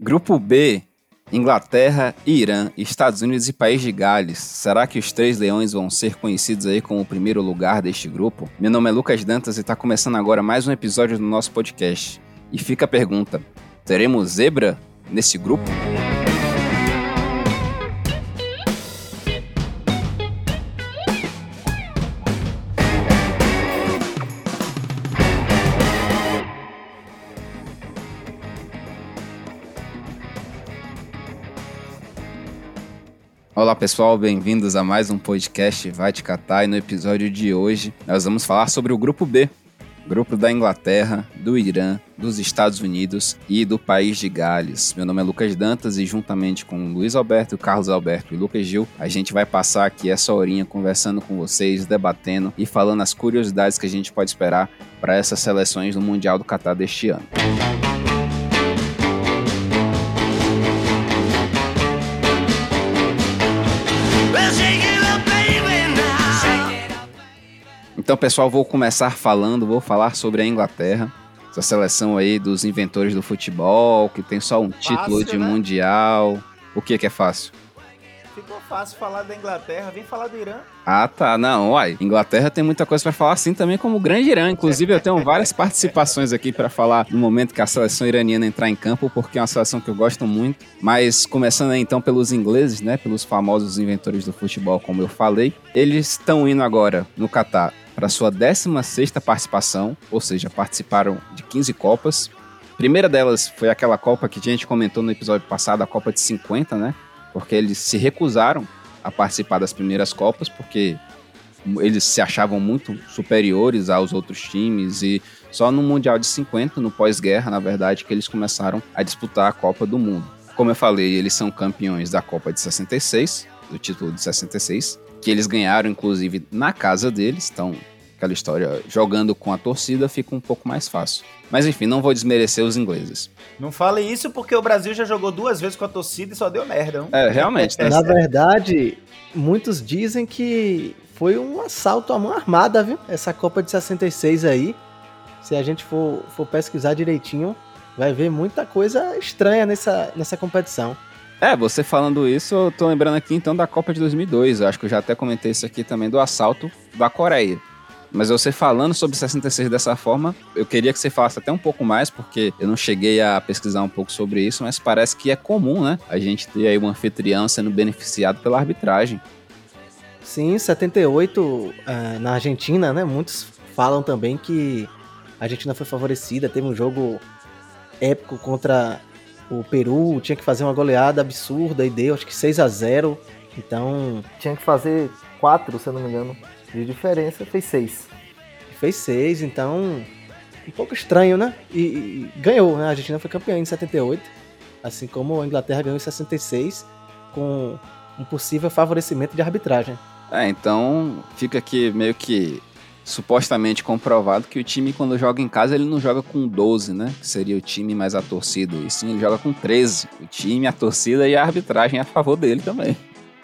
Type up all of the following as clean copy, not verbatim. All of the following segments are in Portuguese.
Grupo B, Inglaterra, Irã, Estados Unidos e País de Gales. Será que os Três Leões vão ser conhecidos aí como o primeiro lugar deste grupo? Meu nome é Lucas Dantas e está começando agora mais um episódio do nosso podcast. E fica a pergunta, teremos zebra nesse grupo? Olá pessoal, bem-vindos a mais um podcast Vai Te Catar, e no episódio de hoje nós vamos falar sobre o Grupo B, grupo da Inglaterra, do Irã, dos Estados Unidos e do País de Gales. Meu nome é Lucas Dantas e juntamente com Luiz Alberto, Carlos Alberto e Lucas Gil, a gente vai passar aqui essa horinha conversando com vocês, debatendo e falando as curiosidades que a gente pode esperar para essas seleções no Mundial do Catar deste ano. Então, pessoal, vou falar sobre a Inglaterra, essa seleção aí dos inventores do futebol, que tem só um título de mundial. O que é fácil? Ficou fácil falar da Inglaterra, vem falar do Irã. Ah, tá, não, Inglaterra tem muita coisa para falar, assim também como o grande Irã. Inclusive, eu tenho várias participações aqui para falar no momento que a seleção iraniana entrar em campo, porque é uma seleção que eu gosto muito. Mas começando aí, então, pelos ingleses, né, pelos famosos inventores do futebol, como eu falei, eles estão indo agora no Catar para sua 16ª participação, ou seja, participaram de 15 Copas. A primeira delas foi aquela Copa que a gente comentou no episódio passado, a Copa de 50, né? Porque eles se recusaram a participar das primeiras Copas, porque eles se achavam muito superiores aos outros times, e só no Mundial de 50, no pós-guerra, na verdade, que eles começaram a disputar a Copa do Mundo. Como eu falei, eles são campeões da Copa de 66, do título de 66, que eles ganharam, inclusive, na casa deles. Então, aquela história, jogando com a torcida fica um pouco mais fácil. Mas, enfim, não vou desmerecer os ingleses. Não fale isso porque o Brasil já jogou 2 vezes com a torcida e só deu merda. Não? Realmente. Né? Na verdade, muitos dizem que foi um assalto à mão armada, viu? Essa Copa de 66 aí. Se a gente for pesquisar direitinho, vai ver muita coisa estranha nessa competição. Você falando isso, eu tô lembrando aqui então da Copa de 2002, eu acho que eu já até comentei isso aqui também, do assalto da Coreia. Mas você falando sobre 66 dessa forma, eu queria que você falasse até um pouco mais, porque eu não cheguei a pesquisar um pouco sobre isso, mas parece que é comum, né? A gente ter aí um anfitrião sendo beneficiado pela arbitragem. Sim, 78 na Argentina, né? Muitos falam também que a Argentina foi favorecida, teve um jogo épico contra o Peru, tinha que fazer uma goleada absurda e deu, acho que 6-0. Então, tinha que fazer 4, se eu não me engano, de diferença, fez 6. Fez 6, então, um pouco estranho, né? E ganhou, né? A Argentina foi campeã em 78, assim como a Inglaterra ganhou em 66, com um possível favorecimento de arbitragem. Então, fica aqui meio que supostamente comprovado que o time, quando joga em casa, ele não joga com 12, né? Que seria o time mais a torcida. E sim, ele joga com 13. O time, a torcida e a arbitragem a favor dele também.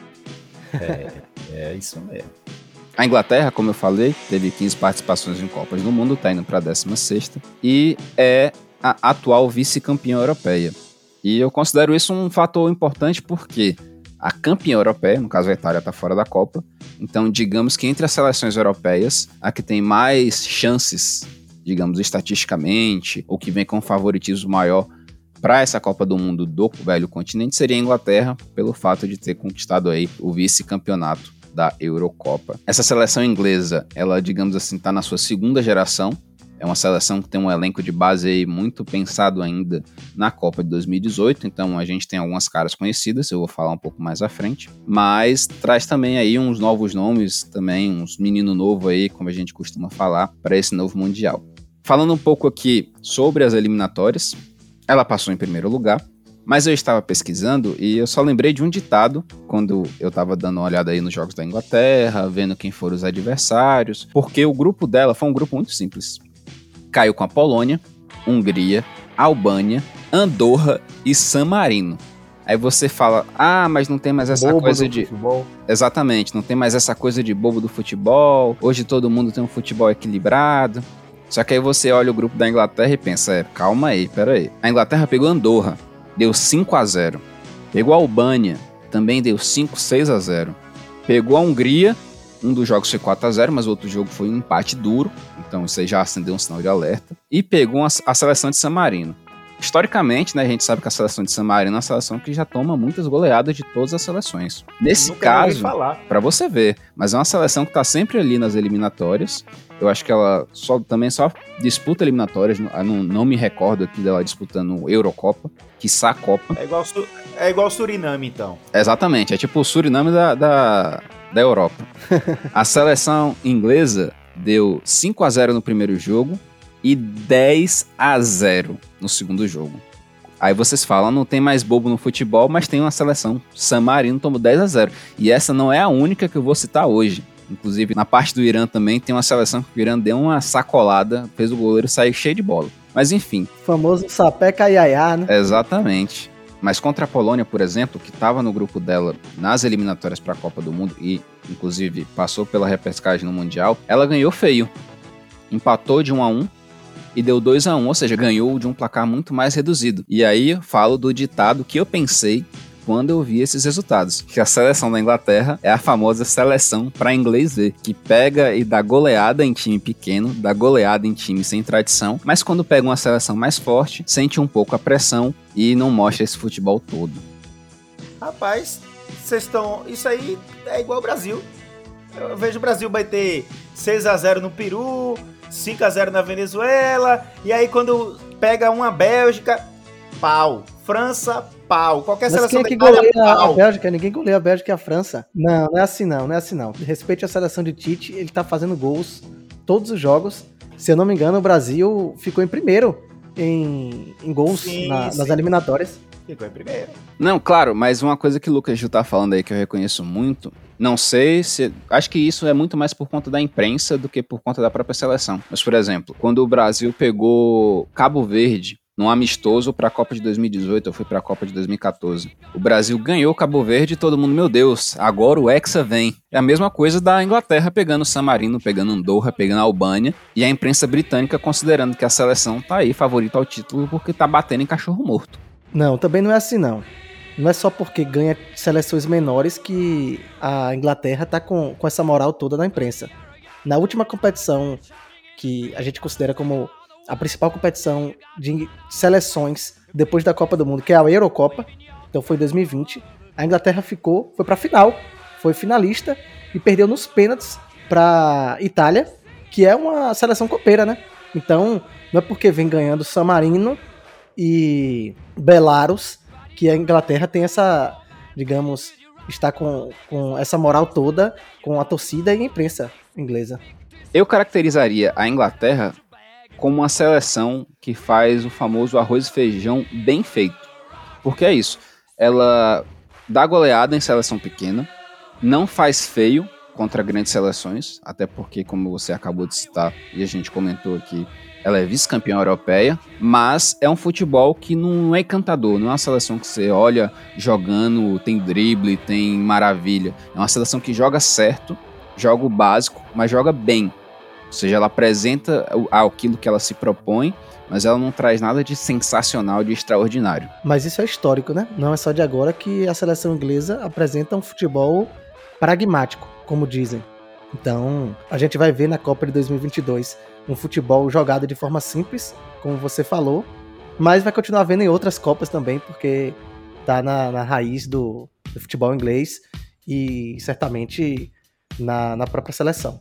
É isso mesmo. A Inglaterra, como eu falei, teve 15 participações em Copas do Mundo, tá indo para a 16ª. E é a atual vice-campeã europeia. E eu considero isso um fator importante porque a campeã europeia, no caso a Itália, está fora da Copa. Então, digamos que entre as seleções europeias, a que tem mais chances, digamos, estatisticamente, ou que vem com um favoritismo maior para essa Copa do Mundo do velho continente, seria a Inglaterra, pelo fato de ter conquistado aí o vice-campeonato da Eurocopa. Essa seleção inglesa, ela, digamos assim, está na sua 2ª geração. É uma seleção que tem um elenco de base aí muito pensado ainda na Copa de 2018, então a gente tem algumas caras conhecidas, eu vou falar um pouco mais à frente, mas traz também aí uns novos nomes, também uns menino novo aí, como a gente costuma falar, para esse novo Mundial. Falando um pouco aqui sobre as eliminatórias, ela passou em primeiro lugar, mas eu estava pesquisando e eu só lembrei de um ditado quando eu estava dando uma olhada aí nos jogos da Inglaterra, vendo quem foram os adversários, porque o grupo dela foi um grupo muito simples. Caiu com a Polônia, Hungria, Albânia, Andorra e San Marino. Aí você fala, mas não tem mais essa bobo coisa do de... futebol. Exatamente, não tem mais essa coisa de bobo do futebol, hoje todo mundo tem um futebol equilibrado. Só que aí você olha o grupo da Inglaterra e pensa, calma aí, pera aí. A Inglaterra pegou Andorra, deu 5-0. Pegou a Albânia, também deu 5-6-0. Pegou a Hungria, um dos jogos foi 4-0, mas o outro jogo foi um empate duro, então isso aí já acendeu um sinal de alerta. E pegou a seleção de San Marino. Historicamente, né, a gente sabe que a seleção de San Marino é uma seleção que já toma muitas goleadas de todas as seleções. Nesse caso, para você ver, mas é uma seleção que está sempre ali nas eliminatórias. Eu acho que ela também só disputa eliminatórias, não me recordo aqui dela disputando Eurocopa, quiçá a Copa. É igual o Suriname, então. Exatamente, é tipo o Suriname da Europa. A seleção inglesa deu 5-0 no primeiro jogo e 10-0 no segundo jogo. Aí vocês falam, não tem mais bobo no futebol, mas tem uma seleção. San Marino tomou 10-0. E essa não é a única que eu vou citar hoje. Inclusive, na parte do Irã também, tem uma seleção que o Irã deu uma sacolada, fez o goleiro sair cheio de bola. Mas enfim. O famoso sapé caiaiá, né? Exatamente. Mas contra a Polônia, por exemplo, que estava no grupo dela nas eliminatórias para a Copa do Mundo e, inclusive, passou pela repescagem no Mundial, ela ganhou feio. Empatou de 1-1 e deu 2-1, ou seja, ganhou de um placar muito mais reduzido. E aí eu falo do ditado que eu pensei quando eu vi esses resultados, que a seleção da Inglaterra é a famosa seleção para inglês ver, que pega e dá goleada em time pequeno, dá goleada em time sem tradição, mas quando pega uma seleção mais forte, sente um pouco a pressão e não mostra esse futebol todo. Rapaz, isso aí é igual ao Brasil. Eu vejo o Brasil bater 6-0 no Peru, 5-0 na Venezuela, e aí quando pega uma Bélgica, pau. França, pau. Qualquer mas seleção quem é que da Itália, goleia pau. a Bélgica? Ninguém goleia a Bélgica e a França. Não é assim não. Respeite a seleção de Tite, ele tá fazendo gols todos os jogos. Se eu não me engano, o Brasil ficou em primeiro em gols nas eliminatórias. Ficou em primeiro. Não, claro, mas uma coisa que o Lucas Gil tá falando aí que eu reconheço muito, não sei se... Acho que isso é muito mais por conta da imprensa do que por conta da própria seleção. Mas, por exemplo, quando o Brasil pegou Cabo Verde num amistoso para a Copa de 2018, eu fui para a Copa de 2014. O Brasil ganhou Cabo Verde e todo mundo, meu Deus, agora o Hexa vem. É a mesma coisa da Inglaterra pegando San Marino, pegando Andorra, pegando a Albânia, e a imprensa britânica considerando que a seleção tá aí favorita ao título porque tá batendo em cachorro morto. Não, também não é assim não. Não é só porque ganha seleções menores que a Inglaterra tá com essa moral toda na imprensa. Na última competição que a gente considera como a principal competição de seleções depois da Copa do Mundo, que é a Eurocopa, então foi em 2020, a Inglaterra foi pra final, foi finalista e perdeu nos pênaltis pra Itália, que é uma seleção copeira, né? Então, não é porque vem ganhando San Marino e Belarus que a Inglaterra tem essa, digamos, está com essa moral toda com a torcida e a imprensa inglesa. Eu caracterizaria a Inglaterra como uma seleção que faz o famoso arroz e feijão bem feito. Porque é isso, ela dá goleada em seleção pequena, não faz feio contra grandes seleções, até porque, como você acabou de citar e a gente comentou aqui, ela é vice-campeã europeia, mas é um futebol que não é encantador, não é uma seleção que você olha jogando, tem drible, tem maravilha. É uma seleção que joga certo, joga o básico, mas joga bem. Ou seja, ela apresenta aquilo que ela se propõe, mas ela não traz nada de sensacional, de extraordinário. Mas isso é histórico, né? Não é só de agora que a seleção inglesa apresenta um futebol pragmático, como dizem. Então, a gente vai ver na Copa de 2022 um futebol jogado de forma simples, como você falou, mas vai continuar vendo em outras Copas também, porque tá na raiz do futebol inglês e certamente na própria seleção.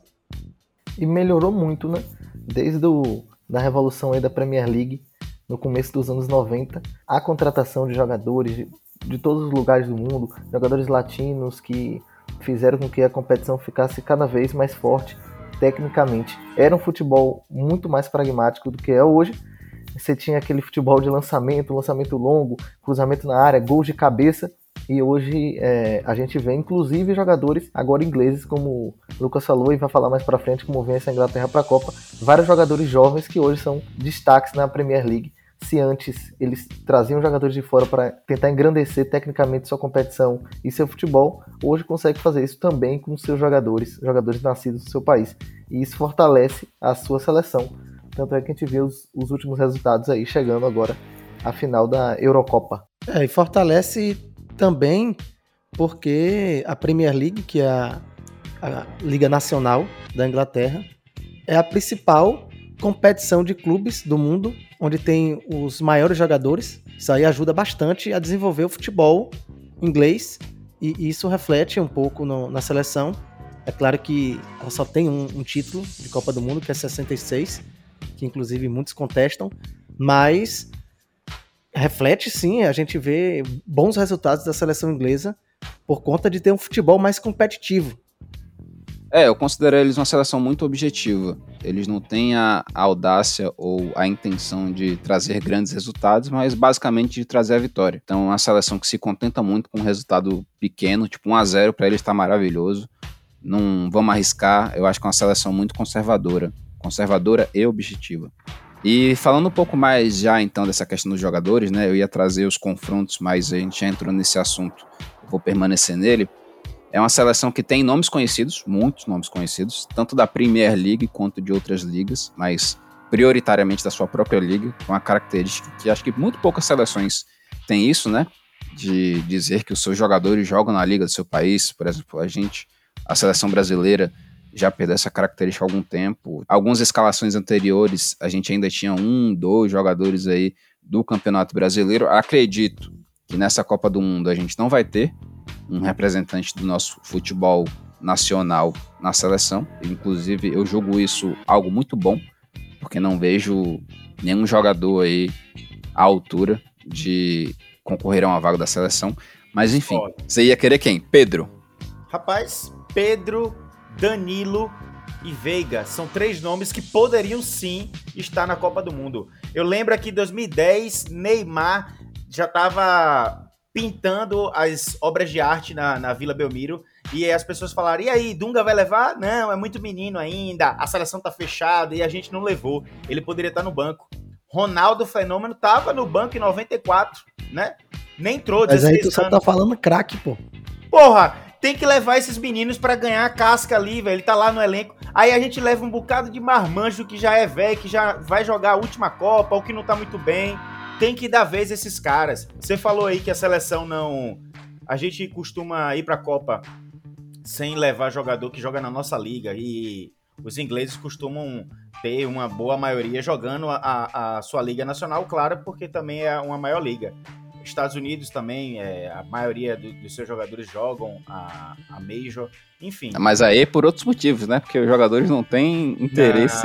E melhorou muito, né? Desde da revolução aí da Premier League, no começo dos anos 90, a contratação de jogadores de todos os lugares do mundo, jogadores latinos que fizeram com que a competição ficasse cada vez mais forte tecnicamente. Era um futebol muito mais pragmático do que é hoje. Você tinha aquele futebol de lançamento longo, cruzamento na área, gols de cabeça. E hoje a gente vê, inclusive, jogadores agora ingleses, como o Lucas falou, e vai falar mais pra frente como vem essa Inglaterra pra Copa. Vários jogadores jovens que hoje são destaques na Premier League. Se antes eles traziam jogadores de fora para tentar engrandecer tecnicamente sua competição e seu futebol, hoje consegue fazer isso também com seus jogadores nascidos no seu país. E isso fortalece a sua seleção. Tanto é que a gente vê os últimos resultados aí chegando agora à final da Eurocopa. E fortalece também porque a Premier League, que é a Liga Nacional da Inglaterra, é a principal competição de clubes do mundo, onde tem os maiores jogadores. Isso aí ajuda bastante a desenvolver o futebol inglês, e isso reflete um pouco na seleção. É claro que ela só tem um título de Copa do Mundo, que é 66, que inclusive muitos contestam, mas reflete sim, a gente vê bons resultados da seleção inglesa por conta de ter um futebol mais competitivo. Eu considero eles uma seleção muito objetiva. Eles não têm a audácia ou a intenção de trazer grandes resultados, mas basicamente de trazer a vitória. Então é uma seleção que se contenta muito com um resultado pequeno, tipo 1-0, para eles está maravilhoso. Não vamos arriscar, eu acho que é uma seleção muito conservadora e objetiva. E falando um pouco mais já então dessa questão dos jogadores, né, eu ia trazer os confrontos, mas a gente já entrou nesse assunto, eu vou permanecer nele. É uma seleção que tem nomes conhecidos, muitos nomes conhecidos, tanto da Premier League quanto de outras ligas, mas prioritariamente da sua própria liga, com uma característica que acho que muito poucas seleções têm isso, né? De dizer que os seus jogadores jogam na liga do seu país. Por exemplo, a seleção brasileira já perdeu essa característica há algum tempo. Algumas escalações anteriores, a gente ainda tinha 2 jogadores aí do Campeonato Brasileiro. Acredito que nessa Copa do Mundo a gente não vai ter um representante do nosso futebol nacional na seleção. Inclusive, eu julgo isso algo muito bom, porque não vejo nenhum jogador aí à altura de concorrer a uma vaga da seleção. Mas enfim, você ia querer quem? Pedro? Rapaz, Pedro, Danilo e Veiga são 3 nomes que poderiam sim estar na Copa do Mundo. Eu lembro que em 2010, Neymar já estava pintando as obras de arte na Vila Belmiro, e as pessoas falaram, e aí, Dunga vai levar? Não, é muito menino ainda, a seleção tá fechada, e a gente não levou, ele poderia estar no banco. Ronaldo Fenômeno tava no banco em 94, né? Nem entrou, 16 anos. Mas aí tu só tá falando craque, pô. Porra, tem que levar esses meninos pra ganhar a casca ali, velho, ele tá lá no elenco. Aí a gente leva um bocado de marmanjo que já é velho, que já vai jogar a última Copa, ou que não tá muito bem. Tem que dar vez a esses caras. Você falou aí que a seleção não... A gente costuma ir pra Copa sem levar jogador que joga na nossa liga, e os ingleses costumam ter uma boa maioria jogando a sua liga nacional, claro, porque também é uma maior liga. Estados Unidos também, a maioria dos seus jogadores jogam a Major, enfim. Mas aí por outros motivos, né? Porque os jogadores não têm interesse...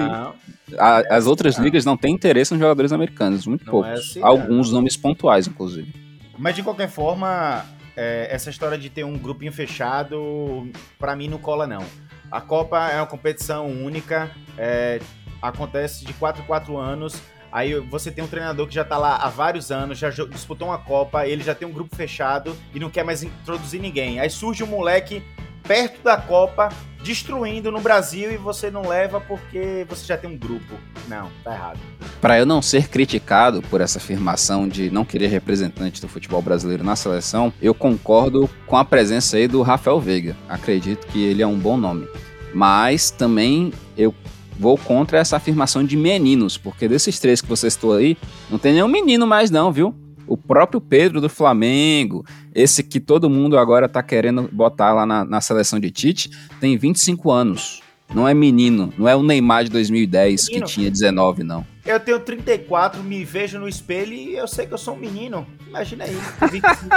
As outras ligas não têm interesse nos jogadores americanos, muito poucos. Assim, alguns nomes pontuais, inclusive. Mas de qualquer forma, essa história de ter um grupinho fechado, pra mim não cola não. A Copa é uma competição única, acontece de 4 em 4 anos. Aí você tem um treinador que já tá lá há vários anos, já disputou uma Copa, ele já tem um grupo fechado e não quer mais introduzir ninguém. Aí surge um moleque perto da Copa, destruindo no Brasil, e você não leva porque você já tem um grupo. Não, tá errado. Para eu não ser criticado por essa afirmação de não querer representante do futebol brasileiro na seleção, eu concordo com a presença aí do Rafael Veiga. Acredito que ele é um bom nome. Mas também eu vou contra essa afirmação de meninos, porque desses 3 que você citou aí, não tem nenhum menino mais não, viu? O próprio Pedro do Flamengo, esse que todo mundo agora tá querendo botar lá na seleção de Tite, tem 25 anos. Não é menino, não é o Neymar de 2010 menino, que tinha 19, não. Eu tenho 34, me vejo no espelho e eu sei que eu sou um menino. Imagina aí, 25.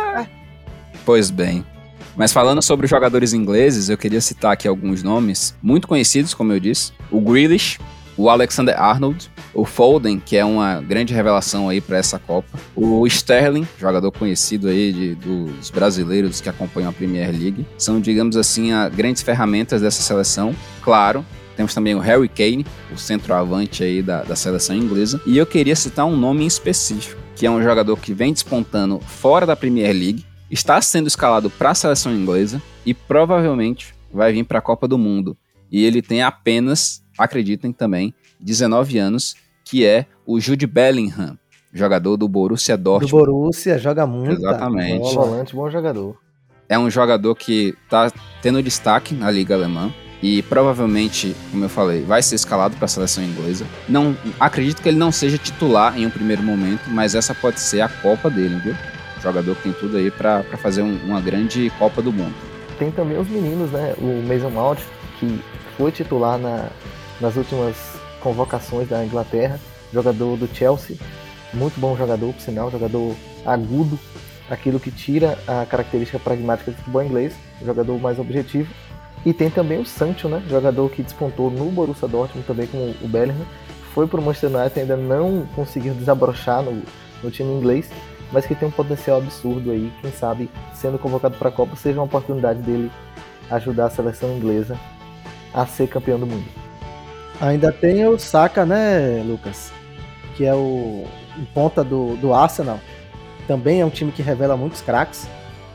Pois bem. Mas falando sobre os jogadores ingleses, eu queria citar aqui alguns nomes muito conhecidos, como eu disse. O Grealish, o Alexander-Arnold, o Foden, que é uma grande revelação aí para essa Copa, o Sterling, jogador conhecido aí dos brasileiros que acompanham a Premier League. São, digamos assim, grandes ferramentas dessa seleção. Claro, temos também o Harry Kane, o centroavante aí da seleção inglesa. E eu queria citar um nome em específico, que é um jogador que vem despontando fora da Premier League, está sendo escalado para a seleção inglesa e provavelmente vai vir para a Copa do Mundo. E ele tem apenas, acreditem também, 19 anos, que é o Jude Bellingham, jogador do Borussia Dortmund. Do Borussia, joga muito. Exatamente. Bom volante, bom jogador. É um jogador que está tendo destaque na Liga Alemã e provavelmente, como eu falei, vai ser escalado para a seleção inglesa. Não, acredito que ele não seja titular em um primeiro momento, mas essa pode ser a Copa dele, viu? jogador que tem tudo aí para fazer uma grande Copa do Mundo. Tem também os meninos, né? O Mason Mount, que foi titular nas últimas convocações da Inglaterra, jogador do Chelsea, muito bom jogador, por sinal, jogador agudo, aquilo que tira a característica pragmática do futebol inglês, jogador mais objetivo. E tem também o Sancho, né? Jogador que despontou no Borussia Dortmund, também como o Bellingham, foi para o Manchester United, ainda não conseguiu desabrochar no time inglês, mas que tem um potencial absurdo aí, quem sabe, sendo convocado para a Copa, seja uma oportunidade dele ajudar a seleção inglesa a ser campeão do mundo. Ainda tem o Saka, né, Lucas? Que é o ponta do Arsenal. Também é um time que revela muitos craques.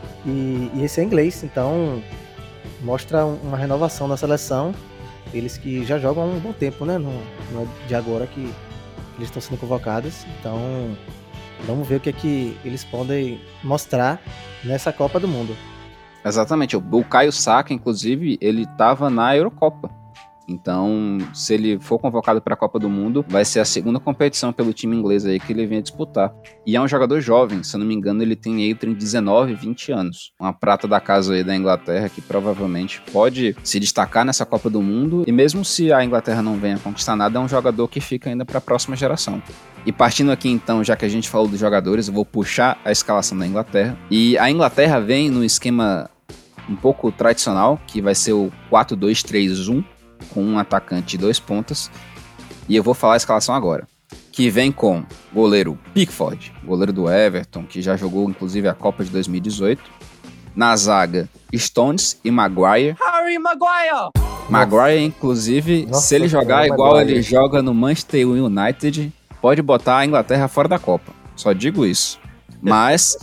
E esse é inglês, então mostra uma renovação na seleção. Eles que já jogam há um bom tempo, né? Não é de agora que eles estão sendo convocados. Então vamos ver o que é que eles podem mostrar nessa Copa do Mundo. Exatamente, o Bukayo Saka, inclusive, ele estava na Eurocopa. Então, se ele for convocado para a Copa do Mundo, vai ser a segunda competição pelo time inglês aí que ele vem disputar. E é um jogador jovem, se eu não me engano, ele tem entre 19 e 20 anos. Uma prata da casa aí da Inglaterra que provavelmente pode se destacar nessa Copa do Mundo. E mesmo se a Inglaterra não venha conquistar nada, é um jogador que fica ainda para a próxima geração. E partindo aqui então, já que a gente falou dos jogadores, eu vou puxar a escalação da Inglaterra. E a Inglaterra vem no esquema um pouco tradicional, que vai ser o 4-2-3-1, com um atacante e 2 pontas. E eu vou falar a escalação agora. Que vem com goleiro Pickford, goleiro do Everton, que já jogou inclusive a Copa de 2018. Na zaga, Stones e Maguire. Harry Maguire! Maguire, inclusive, se ele jogar igual Maguire. ele joga no Manchester United, pode botar a Inglaterra fora da Copa. Só digo isso. Mas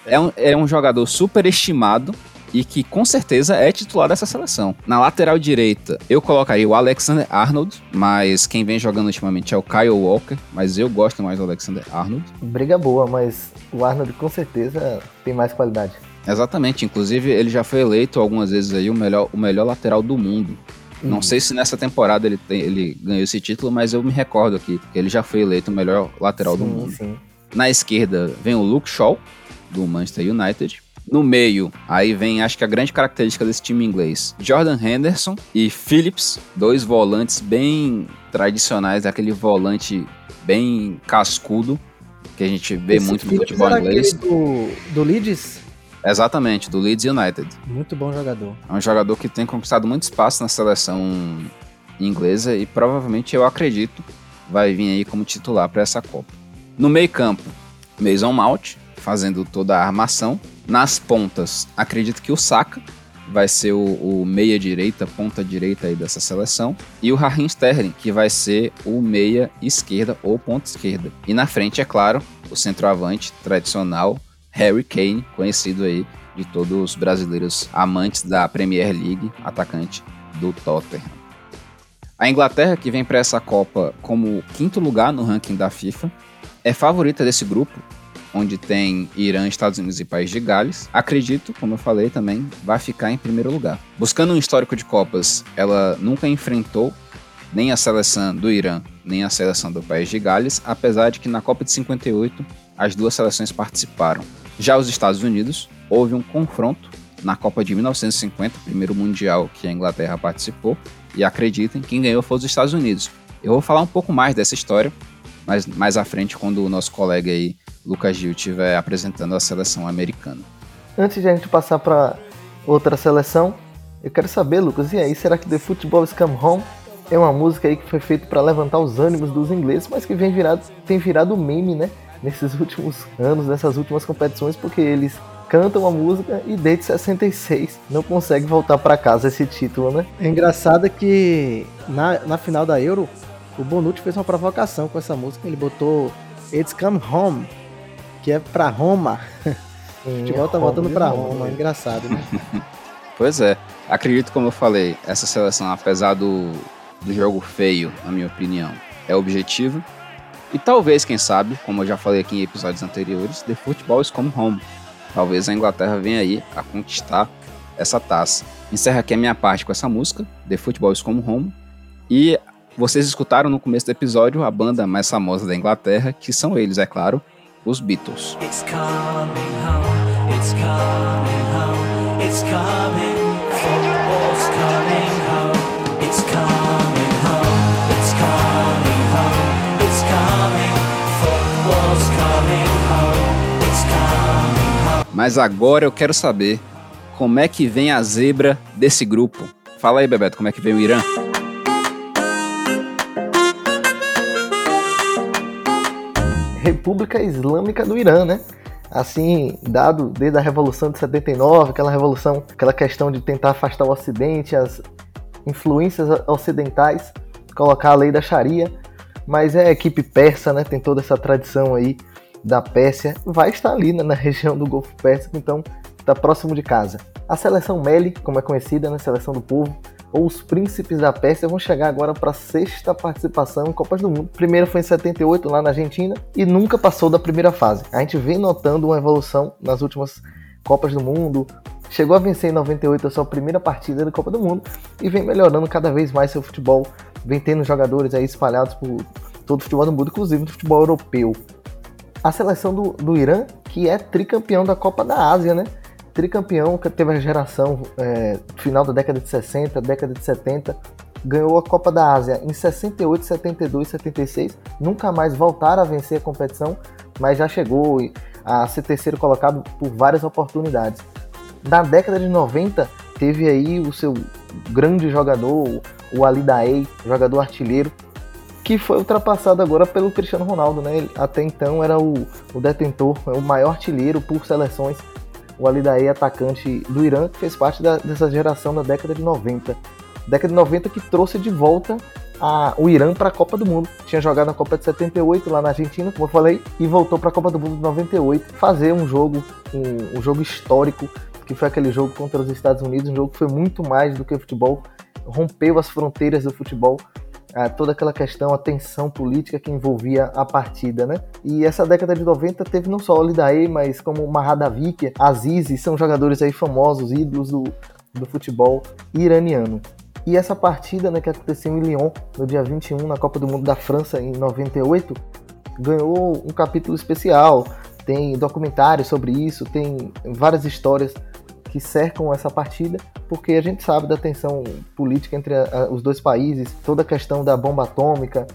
é um jogador super estimado e que com certeza é titular dessa seleção. Na lateral direita, eu colocaria o Alexander-Arnold, mas quem vem jogando ultimamente é o Kyle Walker, mas eu gosto mais do Alexander-Arnold. Briga boa, mas o Arnold com certeza tem mais qualidade. Exatamente, inclusive ele já foi eleito algumas vezes aí o melhor lateral do mundo. Não sei se nessa temporada ele ganhou esse título, mas eu me recordo aqui que ele já foi eleito o melhor lateral do mundo. Sim. Na esquerda vem o Luke Shaw, do Manchester United. No meio, aí vem, acho que a grande característica desse time inglês, Jordan Henderson e Phillips, 2 volantes bem tradicionais, aquele volante bem cascudo, que a gente vê Esse muito no Phillips futebol era inglês. aquele do Leeds, Exatamente, do Leeds United. muito bom jogador. É um jogador que tem conquistado muito espaço na seleção inglesa e provavelmente, eu acredito, vai vir aí como titular para essa Copa. No meio campo, Mason Mount, fazendo toda a armação. Nas pontas, acredito que o Saka vai ser o meia-direita, ponta-direita aí dessa seleção. E o Raheem Sterling, que vai ser o meia-esquerda ou ponta-esquerda. E na frente, é claro, o centroavante tradicional, Harry Kane, conhecido aí de todos os brasileiros amantes da Premier League, atacante do Tottenham. A Inglaterra, que vem para essa Copa como 5º lugar no ranking da FIFA, é favorita desse grupo, onde tem Irã, Estados Unidos e País de Gales. Acredito, como eu falei também, vai ficar em primeiro lugar. Buscando um histórico de Copas, ela nunca enfrentou nem a seleção do Irã, nem a seleção do País de Gales, apesar de que na Copa de 58 as 2 seleções participaram. Já os Estados Unidos, houve um confronto na Copa de 1950, primeiro mundial que a Inglaterra participou, e acreditem, quem ganhou foi os Estados Unidos. Eu vou falar um pouco mais dessa história, mas mais à frente, quando o nosso colega aí, Lucas Gil, estiver apresentando a seleção americana. Antes de a gente passar para outra seleção, eu quero saber, Lucas, e aí, será que The Football Is Come Home é uma música aí que foi feita para levantar os ânimos dos ingleses, mas que tem virado meme, né? Nesses últimos anos, nessas últimas competições, porque eles cantam a música e desde 66 não conseguem voltar para casa esse título, né? É engraçado que na final da Euro, o Bonucci fez uma provocação com essa música. Ele botou It's Come Home, que é pra Roma. O futebol tá voltando pra Roma. É engraçado, né? Pois é. Acredito, como eu falei, essa seleção, apesar do jogo feio, na minha opinião, é objetivo. E talvez, quem sabe, como eu já falei aqui em episódios anteriores, The Football Is Come Home. Talvez a Inglaterra venha aí a conquistar essa taça. Encerro aqui a minha parte com essa música, The Football Is Come Home. E vocês escutaram no começo do episódio a banda mais famosa da Inglaterra, que são eles, é claro, os Beatles. It's coming home, it's coming home, it's coming, football's coming home, it's coming home, it's coming home, it's coming, football's coming home, it's coming home. Mas agora eu quero saber como é que vem a zebra desse grupo. Fala aí, Bebeto, como é que vem o Irã? República Islâmica do Irã, né? Assim, dado desde a Revolução de 79, aquela questão de tentar afastar o Ocidente, as influências ocidentais, colocar a lei da Sharia, mas é a equipe persa, né? Tem toda essa tradição aí da Pérsia, vai estar ali, né, na região do Golfo Pérsico, então está próximo de casa. A seleção Meli, como é conhecida, né? Seleção do povo, ou os príncipes da Pérsia, vão chegar agora para a 6ª participação em Copas do Mundo. Primeiro foi em 78, lá na Argentina, e nunca passou da primeira fase. A gente vem notando uma evolução nas últimas Copas do Mundo. Chegou a vencer em 98 a sua primeira partida da Copa do Mundo e vem melhorando cada vez mais seu futebol. Vem tendo jogadores aí espalhados por todo o futebol do mundo, inclusive do futebol europeu. A seleção do Irã, que é tricampeão da Copa da Ásia, né? Tricampeão, que teve a geração final da década de 60, década de 70, ganhou a Copa da Ásia em 68, 72, 76, nunca mais voltaram a vencer a competição, mas já chegou a ser terceiro colocado por várias oportunidades. Na década de 90, teve aí o seu grande jogador, o Ali Daei, jogador artilheiro, que foi ultrapassado agora pelo Cristiano Ronaldo, né? Ele, até então era o detentor, o maior artilheiro por seleções. O Ali Daei, atacante do Irã, que fez parte dessa geração da década de 90. Década de 90 que trouxe de volta o Irã para a Copa do Mundo. Tinha jogado na Copa de 78 lá na Argentina, como eu falei, e voltou para a Copa do Mundo de 98, fazer um jogo histórico, que foi aquele jogo contra os Estados Unidos, um jogo que foi muito mais do que futebol, rompeu as fronteiras do futebol, toda aquela questão, a tensão política que envolvia a partida, né? E essa década de 90 teve não só o Ali Daei, mas como Mahadavikia, Azizi, são jogadores aí famosos, ídolos do futebol iraniano. E essa partida, né, que aconteceu em Lyon, no dia 21, na Copa do Mundo da França, em 98, ganhou um capítulo especial, tem documentários sobre isso, tem várias histórias que cercam essa partida, porque a gente sabe da tensão política entre os dois países, toda a questão da bomba atômica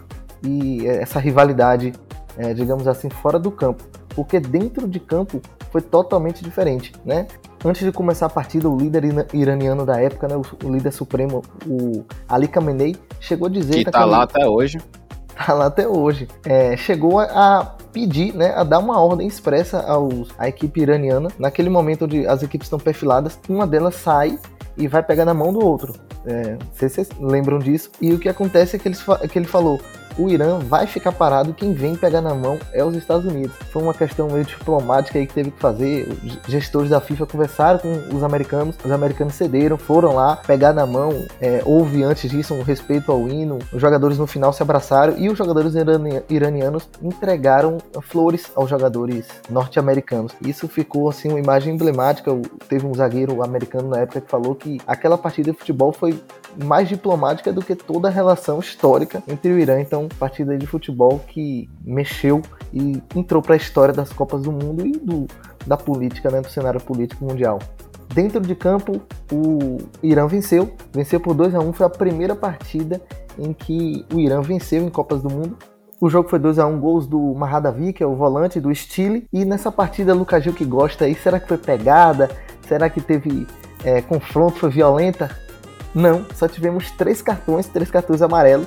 e essa rivalidade, digamos assim, fora do campo. Porque dentro de campo foi totalmente diferente, né? Antes de começar a partida, o líder iraniano da época, né, o líder supremo, o Ali Khamenei, chegou a dizer... Que tá lá até hoje. Tá lá até hoje. Chegou a pedir, né, a dar uma ordem expressa à equipe iraniana, naquele momento onde as equipes estão perfiladas, uma delas sai e vai pegar na mão do outro. Não sei se vocês lembram disso. E o que acontece é que ele falou: o Irã vai ficar parado, quem vem pegar na mão é os Estados Unidos. Foi uma questão meio diplomática aí que teve que fazer. Os gestores da FIFA conversaram com os americanos cederam, foram lá pegar na mão. Houve antes disso um respeito ao hino, os jogadores no final se abraçaram e os jogadores iranianos entregaram flores aos jogadores norte-americanos. Isso ficou assim uma imagem emblemática. Teve um zagueiro americano na época que falou que aquela partida de futebol foi mais diplomática do que toda a relação histórica entre o Irã. Então, partida de futebol que mexeu e entrou para a história das Copas do Mundo e da política, né, do cenário político mundial. Dentro de campo, o Irã venceu por 2-1, foi a primeira partida em que o Irã venceu em Copas do Mundo. O jogo foi 2-1, gols do Mahadavi, que é o volante do Stile, e nessa partida, Lucas Gil que gosta aí, será que foi pegada? Será que teve confronto, foi violenta? Não, só tivemos 3 cartões amarelos,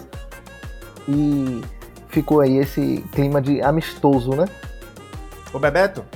e ficou aí esse clima de amistoso, né? Ô Bebeto,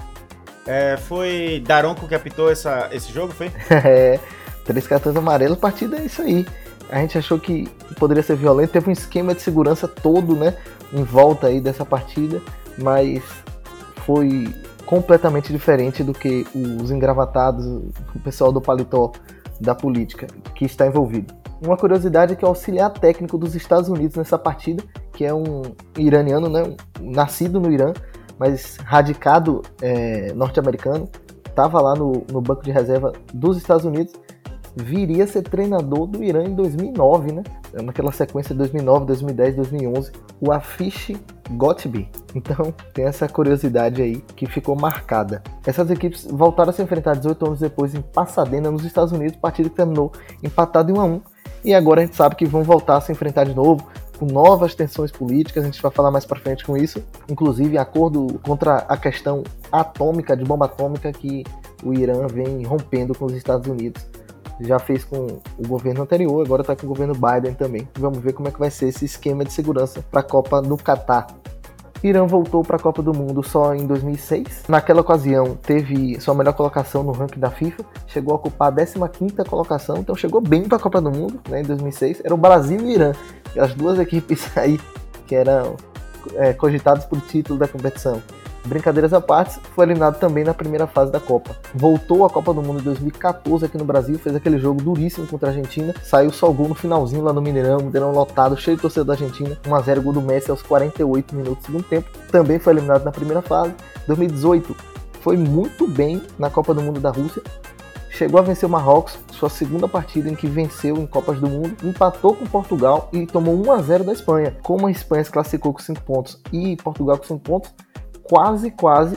foi Daronco que apitou esse jogo, foi? 3 cartões amarelos, a partida é isso aí. A gente achou que poderia ser violento, teve um esquema de segurança todo, né, em volta aí dessa partida, mas foi completamente diferente do que os engravatados, o pessoal do paletó da política que está envolvido. Uma curiosidade é que o auxiliar técnico dos Estados Unidos nessa partida, que é um iraniano, né, nascido no Irã, mas radicado norte-americano, estava lá no banco de reserva dos Estados Unidos, viria a ser treinador do Irã em 2009, né? Naquela sequência de 2009, 2010, 2011, o Afish Gotbi. Então, tem essa curiosidade aí que ficou marcada. Essas equipes voltaram a se enfrentar 18 anos depois em Pasadena, nos Estados Unidos, partida que terminou empatado em 1-1. E agora a gente sabe que vão voltar a se enfrentar de novo, com novas tensões políticas, a gente vai falar mais pra frente com isso, inclusive acordo contra a questão atômica, de bomba atômica, que o Irã vem rompendo com os Estados Unidos. Já fez com o governo anterior, agora tá com o governo Biden também. Vamos ver como é que vai ser esse esquema de segurança para a Copa no Catar. Irã voltou para a Copa do Mundo só em 2006. Naquela ocasião, teve sua melhor colocação no ranking da FIFA. Chegou a ocupar a 15ª colocação, então chegou bem para a Copa do Mundo, né, em 2006. Era o Brasil e o Irã, as duas equipes aí que eram cogitadas por título da competição. Brincadeiras à parte, foi eliminado também na primeira fase da Copa. Voltou à Copa do Mundo em 2014 aqui no Brasil, fez aquele jogo duríssimo contra a Argentina, saiu só o gol no finalzinho lá no Mineirão lotado, cheio de torcedor da Argentina, 1-0 gol do Messi aos 48 minutos do segundo tempo. Também foi eliminado na primeira fase. 2018 foi muito bem na Copa do Mundo da Rússia, chegou a vencer o Marrocos, sua segunda partida em que venceu em Copas do Mundo, empatou com Portugal e tomou 1-0 da Espanha. Como a Espanha se classificou com 5 pontos e Portugal com 5 pontos, quase,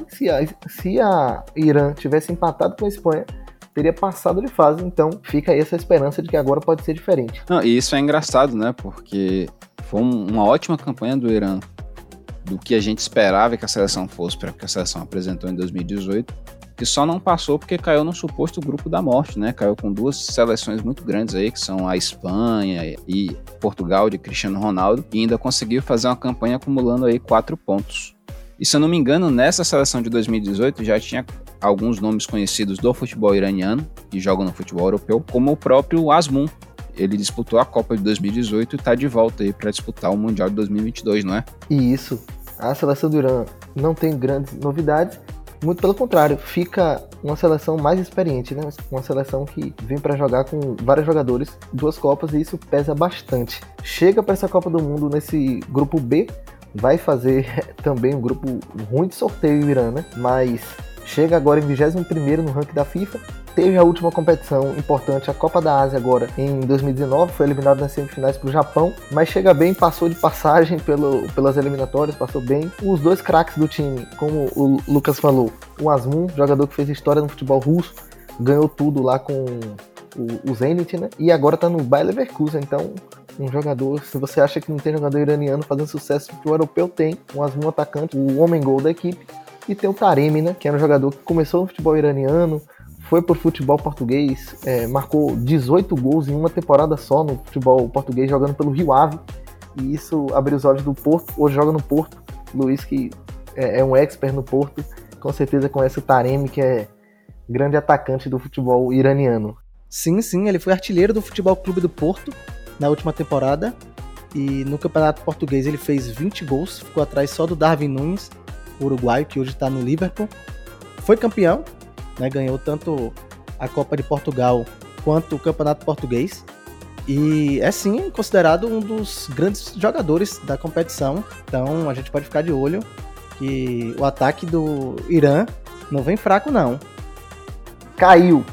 se a Irã tivesse empatado com a Espanha, teria passado de fase. Então fica aí essa esperança de que agora pode ser diferente. Não, e isso é engraçado, né? Porque foi uma ótima campanha do Irã, do que a gente esperava que a seleção fosse, para que a seleção apresentou em 2018, que só não passou porque caiu no suposto grupo da morte, né? Caiu com duas seleções muito grandes aí, que são a Espanha e Portugal, de Cristiano Ronaldo, e ainda conseguiu fazer uma campanha acumulando aí 4 pontos. E se eu não me engano, nessa seleção de 2018 já tinha alguns nomes conhecidos do futebol iraniano, que jogam no futebol europeu, como o próprio Azmoun. Ele disputou a Copa de 2018 e está de volta aí para disputar o Mundial de 2022, não é? E isso, a seleção do Irã não tem grandes novidades, muito pelo contrário, fica uma seleção mais experiente, né? Uma seleção que vem para jogar com vários jogadores, 2 Copas, e isso pesa bastante. Chega para essa Copa do Mundo nesse grupo B, vai fazer também um grupo ruim de sorteio, o Irã, né? Mas chega agora em 21º no ranking da FIFA. Teve a última competição importante, a Copa da Ásia agora, em 2019. Foi eliminado nas semifinais pro Japão, mas chega bem, passou de passagem pelas eliminatórias, passou bem. Os 2 craques do time, como o Lucas falou, o Azmoun, jogador que fez história no futebol russo, ganhou tudo lá com o Zenit, né? E agora tá no Bayer Leverkusen, então um jogador, se você acha que não tem jogador iraniano fazendo sucesso pro europeu, tem um Azmoun atacante, o homem-gol da equipe, e tem o Taremi, né, que era um jogador que começou no futebol iraniano, foi pro futebol português, marcou 18 gols em uma temporada só no futebol português, jogando pelo Rio Ave, e isso abriu os olhos do Porto. Hoje joga no Porto. Luiz, que é um expert no Porto, com certeza conhece o Taremi, que é grande atacante do futebol iraniano. Sim, ele foi artilheiro do Futebol Clube do Porto na última temporada, e no Campeonato Português ele fez 20 gols, ficou atrás só do Darwin Nunes, uruguaio, que hoje está no Liverpool. Foi campeão, né, ganhou tanto a Copa de Portugal quanto o Campeonato Português, e é sim considerado um dos grandes jogadores da competição. Então a gente pode ficar de olho que o ataque do Irã não vem fraco, não. Caiu.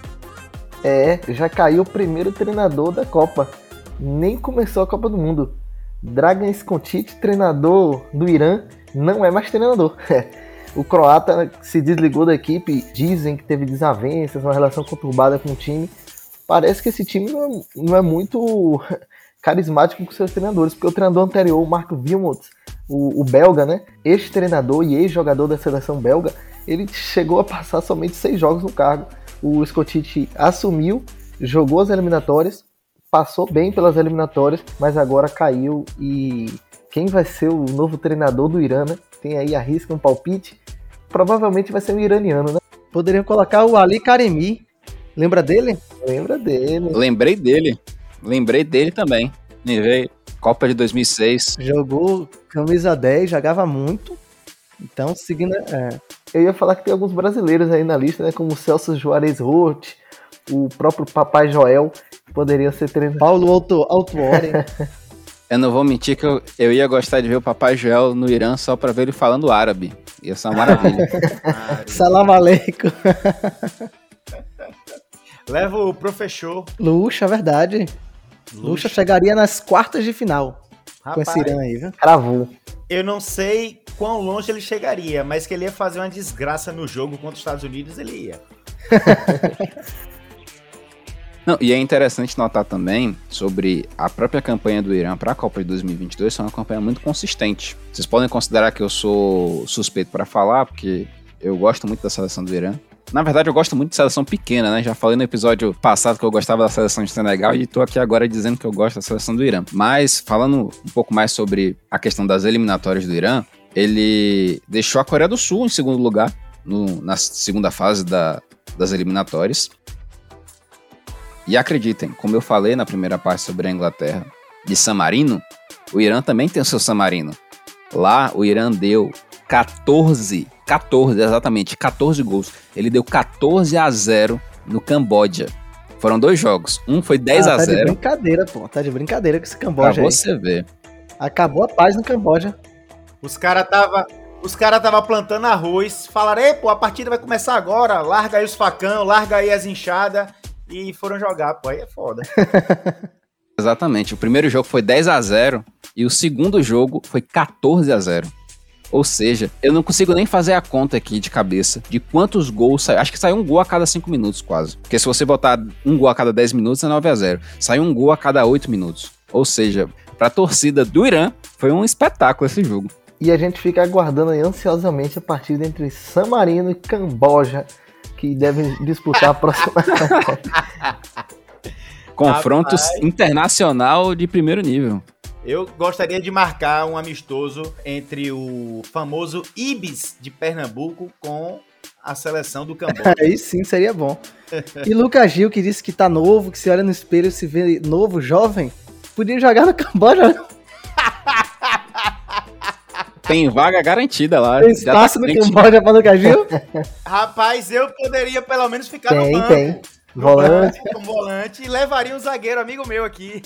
Já caiu o primeiro treinador da Copa. Nem começou a Copa do Mundo. Dragan Skocic, treinador do Irã, não é mais treinador. O croata se desligou da equipe, dizem que teve desavenças, uma relação conturbada com o time. Parece que esse time não é muito carismático com seus treinadores, porque o treinador anterior, o Marco Wilmots, o belga, né, ex-treinador e ex-jogador da seleção belga, ele chegou a passar somente 6 jogos no cargo. O Skocic assumiu, jogou as eliminatórias, passou bem pelas eliminatórias, mas agora caiu. E quem vai ser o novo treinador do Irã, né? Tem aí, arrisca um palpite. Provavelmente vai ser um iraniano, né? Poderiam colocar o Ali Karimi. Lembra dele? Lembra dele. Lembrei dele também. Me veio Copa de 2006. Jogou camisa 10, jogava muito. Então, seguindo... Eu ia falar que tem alguns brasileiros aí na lista, né? Como o Celso Juarez Roth, o próprio Papai Joel, que poderia ser treinador. Paulo Autuori. Eu não vou mentir que eu ia gostar de ver o Papai Joel no Irã só pra ver ele falando árabe. Ia ser uma maravilha. Salam aleikum. Leva o professor. Lucha, é verdade. Lucha chegaria nas quartas de final com esse Irã aí, viu? Cravou. Eu não sei quão longe ele chegaria, mas que ele ia fazer uma desgraça no jogo contra os Estados Unidos, ele ia. Não, e é interessante notar também sobre a própria campanha do Irã para a Copa de 2022, foi uma campanha muito consistente. Vocês podem considerar que eu sou suspeito para falar, porque eu gosto muito da seleção do Irã. Na verdade, eu gosto muito de seleção pequena, né? Já falei no episódio passado que eu gostava da seleção de Senegal e tô aqui agora dizendo que eu gosto da seleção do Irã. Mas, falando um pouco mais sobre a questão das eliminatórias do Irã, ele deixou a Coreia do Sul em segundo lugar na segunda fase das eliminatórias. E acreditem, como eu falei na primeira parte sobre a Inglaterra de San Marino, o Irã também tem o seu San Marino. Lá, o Irã deu 14 gols. Ele deu 14-0 no Camboja. Foram 2 jogos. Um foi 10-0. Tá de brincadeira, pô. Tá de brincadeira com esse Camboja pra aí. Você ver. Acabou a paz no Camboja. Os caras tava plantando arroz, falaram, ei, pô, a partida vai começar agora, larga aí os facão, larga aí as enxadas, e foram jogar, pô, aí é foda. Exatamente, o primeiro jogo foi 10-0 e o segundo jogo foi 14-0. Ou seja, eu não consigo nem fazer a conta aqui de cabeça de quantos gols saiu. Acho que saiu um gol a cada 5 minutos quase. Porque se você botar um gol a cada 10 minutos é 9-0. Saiu um gol a cada 8 minutos. Ou seja, pra torcida do Irã, foi um espetáculo esse jogo. E a gente fica aguardando aí ansiosamente a partida entre San Marino e Camboja, que devem disputar a próxima. Confrontos internacional de primeiro nível. Eu gostaria de marcar um amistoso entre o famoso Ibis de Pernambuco com a seleção do Camboja. Aí sim seria bom. E Lucas Gil, que disse que tá novo, que se olha no espelho e se vê novo, jovem, podia jogar no Camboja. Tem vaga garantida lá. Tem espaço no Camboja pra Lucas Gil? Rapaz, eu poderia pelo menos ficar no banco. Tem. Volante. Com volante e levaria um zagueiro amigo meu aqui.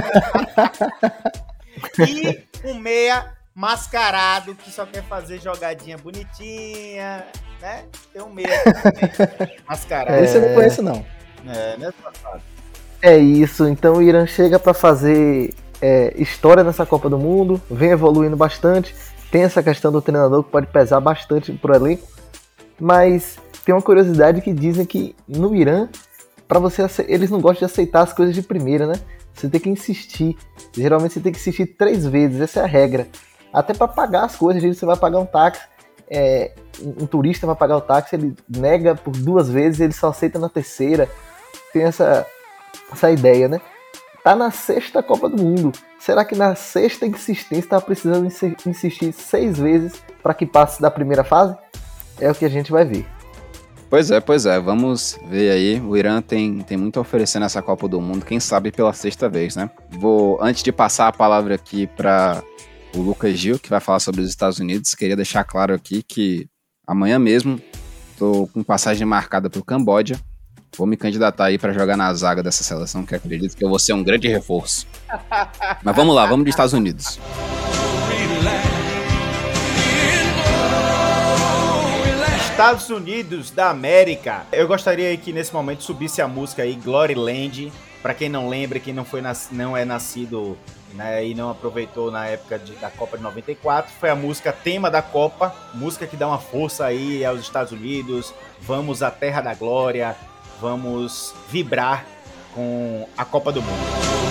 E um meia mascarado que só quer fazer jogadinha bonitinha, né? Tem um meia também, mascarado. Esse eu não conheço, não. Né, safado? É isso, então o Irã chega para fazer história nessa Copa do Mundo, vem evoluindo bastante, tem essa questão do treinador que pode pesar bastante pro elenco, mas tem uma curiosidade que dizem que no Irã, eles não gostam de aceitar as coisas de primeira, né? Você tem que insistir, geralmente você tem que insistir 3 vezes, essa é a regra, até para pagar as coisas. Você vai pagar um táxi, um turista vai pagar o táxi, ele nega por 2 vezes, ele só aceita na 3ª, tem essa ideia, né? Tá na 6ª Copa do Mundo. Será que na 6ª insistência tá precisando insistir 6 vezes para que passe da primeira fase? É o que a gente vai ver. Pois é. Vamos ver aí. O Irã tem muito a oferecer nessa Copa do Mundo. Quem sabe pela 6ª vez, né? Antes de passar a palavra aqui para o Lucas Gil, que vai falar sobre os Estados Unidos, queria deixar claro aqui que amanhã mesmo tô com passagem marcada para o Camboja. Vou me candidatar aí para jogar na zaga dessa seleção, que acredito que eu vou ser um grande reforço. Mas vamos lá, vamos dos Estados Unidos. Estados Unidos da América. Eu gostaria que nesse momento subisse a música aí, Gloryland. Pra quem não lembra, quem não é nascido, né, e não aproveitou na época da Copa de 94, foi a música tema da Copa, música que dá uma força aí aos Estados Unidos. Vamos à terra da glória, vamos vibrar com a Copa do Mundo.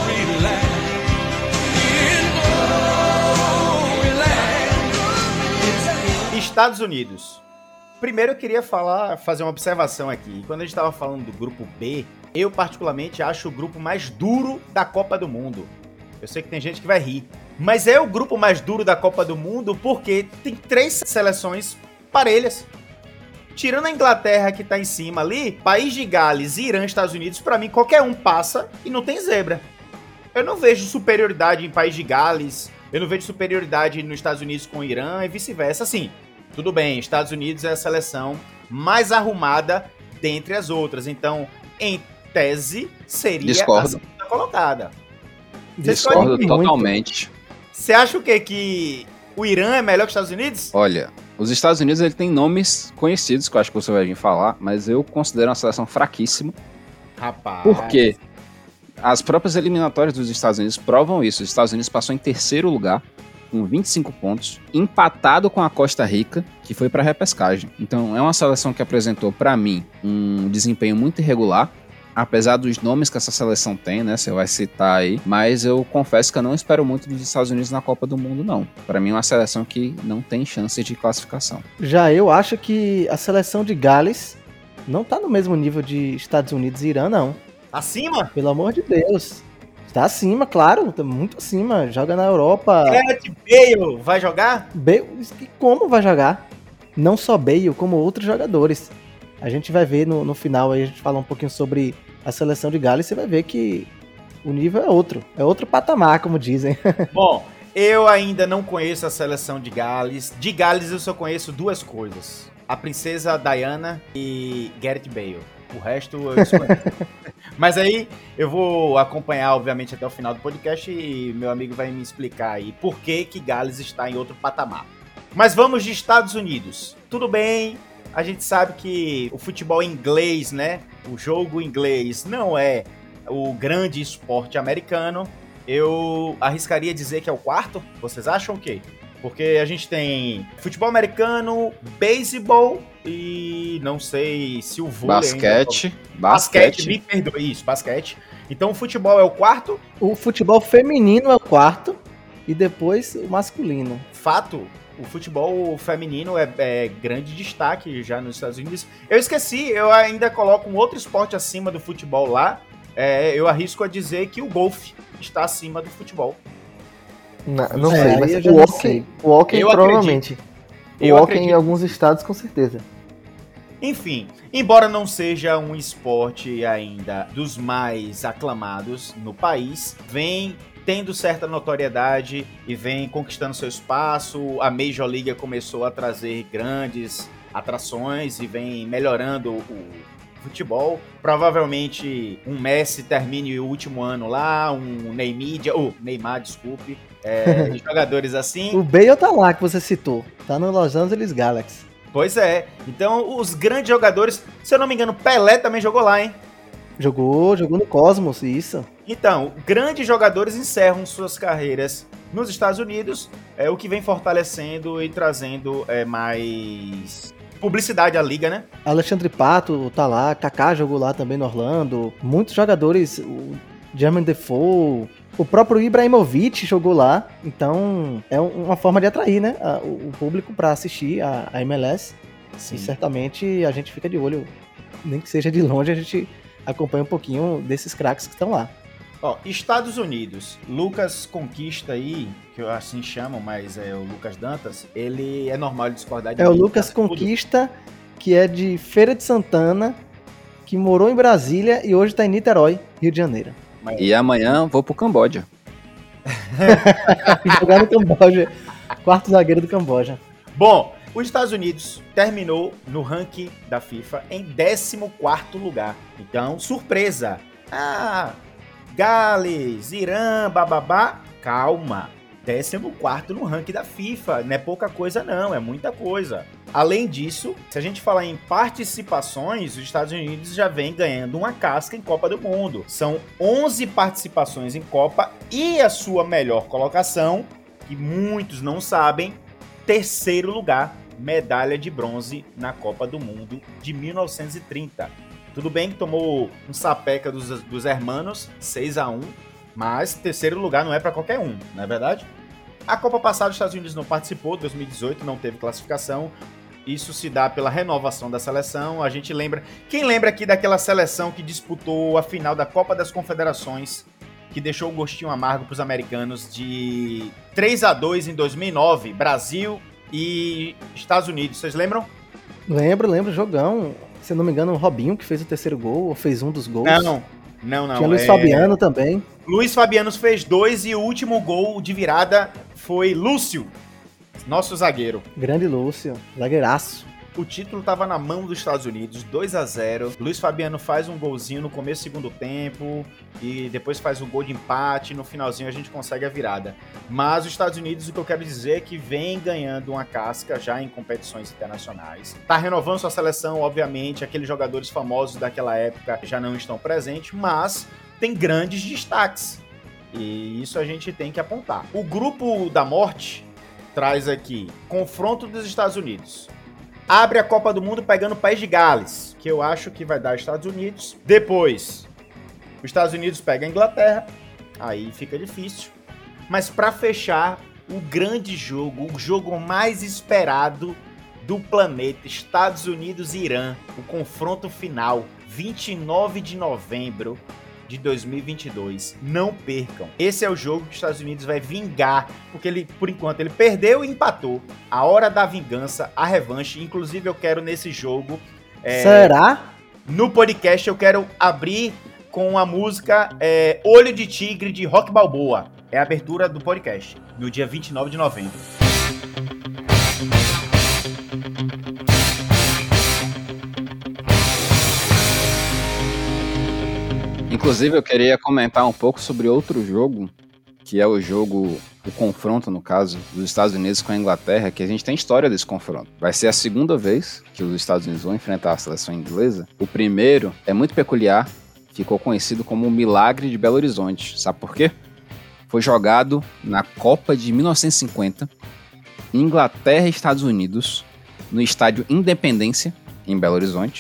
Estados Unidos. Primeiro eu queria fazer uma observação aqui. Quando a gente estava falando do grupo B, eu particularmente acho o grupo mais duro da Copa do Mundo. Eu sei que tem gente que vai rir, mas é o grupo mais duro da Copa do Mundo porque tem 3 seleções parelhas. Tirando a Inglaterra que tá em cima ali, País de Gales, Irã, Estados Unidos, pra mim qualquer um passa e não tem zebra. Eu não vejo superioridade em País de Gales, eu não vejo superioridade nos Estados Unidos com o Irã e vice-versa. Assim, tudo bem, Estados Unidos é a seleção mais arrumada dentre as outras, então, em tese, seria a segunda colocada. Discordo totalmente. Você acha o quê? Que o Irã é melhor que os Estados Unidos? Olha, os Estados Unidos ele tem nomes conhecidos, que eu acho que você vai vir falar, mas eu considero uma seleção fraquíssima. Rapaz. Por quê? As próprias eliminatórias dos Estados Unidos provam isso. Os Estados Unidos passou em terceiro lugar, com 25 pontos, empatado com a Costa Rica, que foi para a repescagem. Então é uma seleção que apresentou, para mim, um desempenho muito irregular, apesar dos nomes que essa seleção tem, né? Você vai citar aí, mas eu confesso que eu não espero muito dos Estados Unidos na Copa do Mundo, não. Para mim é uma seleção que não tem chance de classificação. Já eu acho que a seleção de Gales não tá no mesmo nível de Estados Unidos e Irã, não. Acima? Pelo amor de Deus. Tá acima, claro, tá muito acima. Joga na Europa. Gareth Bale vai jogar? Bale, como vai jogar? Não só Bale, como outros jogadores. A gente vai ver no final, aí a gente fala um pouquinho sobre a seleção de Gales, você vai ver que o nível é outro patamar, como dizem. Bom, eu ainda não conheço a seleção de Gales. De Gales eu só conheço duas coisas. A princesa Diana e Gareth Bale. O resto eu desconheço. Mas aí eu vou acompanhar, obviamente, até o final do podcast e meu amigo vai me explicar aí por que Gales está em outro patamar. Mas vamos de Estados Unidos. Tudo bem, a gente sabe que o futebol inglês, né? O jogo inglês não é o grande esporte americano. Eu arriscaria dizer que é o quarto. Vocês acham o quê? Porque a gente tem futebol americano, beisebol e não sei se o vôlei... Basquete. Me perdoe, isso, basquete. Então o futebol é o quarto. O futebol feminino é o quarto e depois o masculino. Fato, o futebol feminino é grande destaque já nos Estados Unidos. Eu esqueci, eu ainda coloco um outro esporte acima do futebol lá. Eu arrisco a dizer que o golfe está acima do futebol. Não sei, mas eu já o não hockey, sei. o hockey Eu provavelmente. Eu O hockey acredito. em alguns estados, com certeza. Enfim, embora não seja um esporte ainda dos mais aclamados no país, vem tendo certa notoriedade e vem conquistando seu espaço. A Major League começou a trazer grandes atrações e vem melhorando o futebol. Provavelmente um Messi termine o último ano lá, um Neymar, desculpe, jogadores assim. O Bale tá lá, que você citou. Tá no Los Angeles Galaxy. Pois é. Então, os grandes jogadores, se eu não me engano, Pelé também jogou lá, hein? Jogou no Cosmos, isso. Então, grandes jogadores encerram suas carreiras nos Estados Unidos, o que vem fortalecendo e trazendo mais publicidade à liga, né? Alexandre Pato tá lá, Kaká jogou lá também no Orlando. Muitos jogadores, o Jermaine Defoe, o próprio Ibrahimovic jogou lá. Então, é uma forma de atrair, né, o público para assistir a MLS. Sim. E certamente a gente fica de olho, nem que seja de longe, a gente acompanha um pouquinho desses craques que estão lá. Ó, Estados Unidos, Lucas Conquista aí, que eu assim chamam, mas é o Lucas Dantas, ele é normal discordar de É o mim, Lucas tá tudo. Conquista, que é de Feira de Santana, que morou em Brasília e hoje tá em Niterói, Rio de Janeiro. E amanhã vou pro Camboja. Jogar no Camboja, quarto zagueiro do Camboja. Bom, os Estados Unidos terminou no ranking da FIFA em 14º lugar. Então, surpresa. Gales, Irã, bababá. Calma. 14º no ranking da FIFA. Não é pouca coisa não, é muita coisa. Além disso, se a gente falar em participações, os Estados Unidos já vem ganhando uma casca em Copa do Mundo. São 11 participações em Copa e a sua melhor colocação, que muitos não sabem, 3º lugar, medalha de bronze na Copa do Mundo de 1930. Tudo bem que tomou um sapeca dos hermanos, 6-1, mas 3º lugar não é para qualquer um, não é verdade? A Copa passada os Estados Unidos não participou, 2018 não teve classificação. Isso se dá pela renovação da seleção. A gente lembra... Quem lembra aqui daquela seleção que disputou a final da Copa das Confederações, que deixou um gostinho amargo para os americanos, de 3-2 em 2009, Brasil e Estados Unidos, vocês lembram? Lembro, jogão. Se eu não me engano, o Robinho que fez o 3º gol, ou fez um dos gols. Não. Tinha Luiz Fabiano também. Luiz Fabiano fez 2 e o último gol de virada foi Lúcio, nosso zagueiro. Grande Lúcio, zagueiraço. O título estava na mão dos Estados Unidos, 2-0. Luiz Fabiano faz um golzinho no começo do segundo tempo e depois faz um gol de empate. No finalzinho a gente consegue a virada. Mas os Estados Unidos, o que eu quero dizer é que vem ganhando uma casca já em competições internacionais. Tá renovando sua seleção, obviamente. Aqueles jogadores famosos daquela época já não estão presentes, mas tem grandes destaques. E isso a gente tem que apontar. O grupo da morte traz aqui confronto dos Estados Unidos. Abre a Copa do Mundo pegando o País de Gales, que eu acho que vai dar os Estados Unidos. Depois, os Estados Unidos pega a Inglaterra, aí fica difícil. Mas para fechar, o grande jogo, o jogo mais esperado do planeta, Estados Unidos e Irã, o confronto final, 29 de novembro de 2022. Não percam. Esse é o jogo que os Estados Unidos vai vingar, porque ele, por enquanto, ele perdeu e empatou. A hora da vingança, a revanche. Inclusive, eu quero nesse jogo... Será? No podcast, eu quero abrir com a música Olho de Tigre, de Rock Balboa. É a abertura do podcast, no dia 29 de novembro. Inclusive, eu queria comentar um pouco sobre outro jogo, que é o confronto, no caso, dos Estados Unidos com a Inglaterra, que a gente tem história desse confronto. Vai ser a segunda vez que os Estados Unidos vão enfrentar a seleção inglesa. O primeiro é muito peculiar, ficou conhecido como o Milagre de Belo Horizonte. Sabe por quê? Foi jogado na Copa de 1950, Inglaterra e Estados Unidos, no estádio Independência, em Belo Horizonte.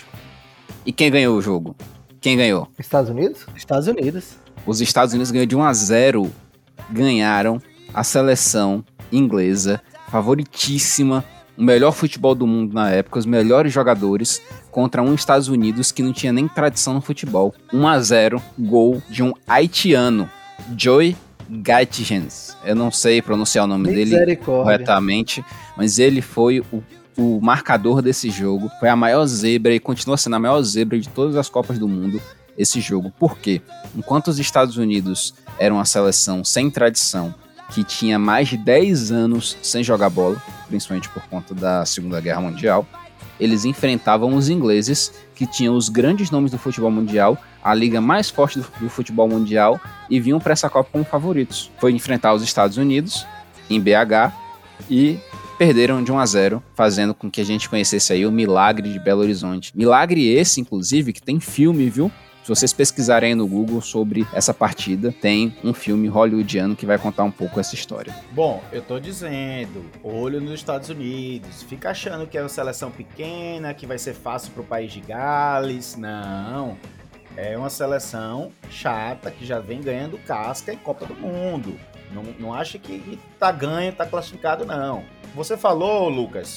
E quem ganhou o jogo? Quem ganhou? Estados Unidos? Estados Unidos. Os Estados Unidos ganhou de 1-0. Ganharam a seleção inglesa, favoritíssima, o melhor futebol do mundo na época, os melhores jogadores, contra um Estados Unidos que não tinha nem tradição no futebol. 1-0, gol de um haitiano, Joey Gaetjens. Eu não sei pronunciar o nome dele corretamente, mas ele foi o marcador desse jogo. Foi a maior zebra e continua sendo a maior zebra de todas as Copas do Mundo, esse jogo. Por quê? Enquanto os Estados Unidos eram uma seleção sem tradição, que tinha mais de 10 anos sem jogar bola, principalmente por conta da Segunda Guerra Mundial, eles enfrentavam os ingleses, que tinham os grandes nomes do futebol mundial, a liga mais forte do futebol mundial, e vinham para essa Copa como favoritos. Foi enfrentar os Estados Unidos, em BH, e perderam de 1-0, fazendo com que a gente conhecesse aí o Milagre de Belo Horizonte. Milagre esse, inclusive, que tem filme, viu? Se vocês pesquisarem aí no Google sobre essa partida, tem um filme hollywoodiano que vai contar um pouco essa história. Bom, eu tô dizendo, olho nos Estados Unidos, fica achando que é uma seleção pequena, que vai ser fácil pro País de Gales. Não, é uma seleção chata que já vem ganhando casca em Copa do Mundo. Não acha que tá ganho, tá classificado, não. Você falou, Lucas,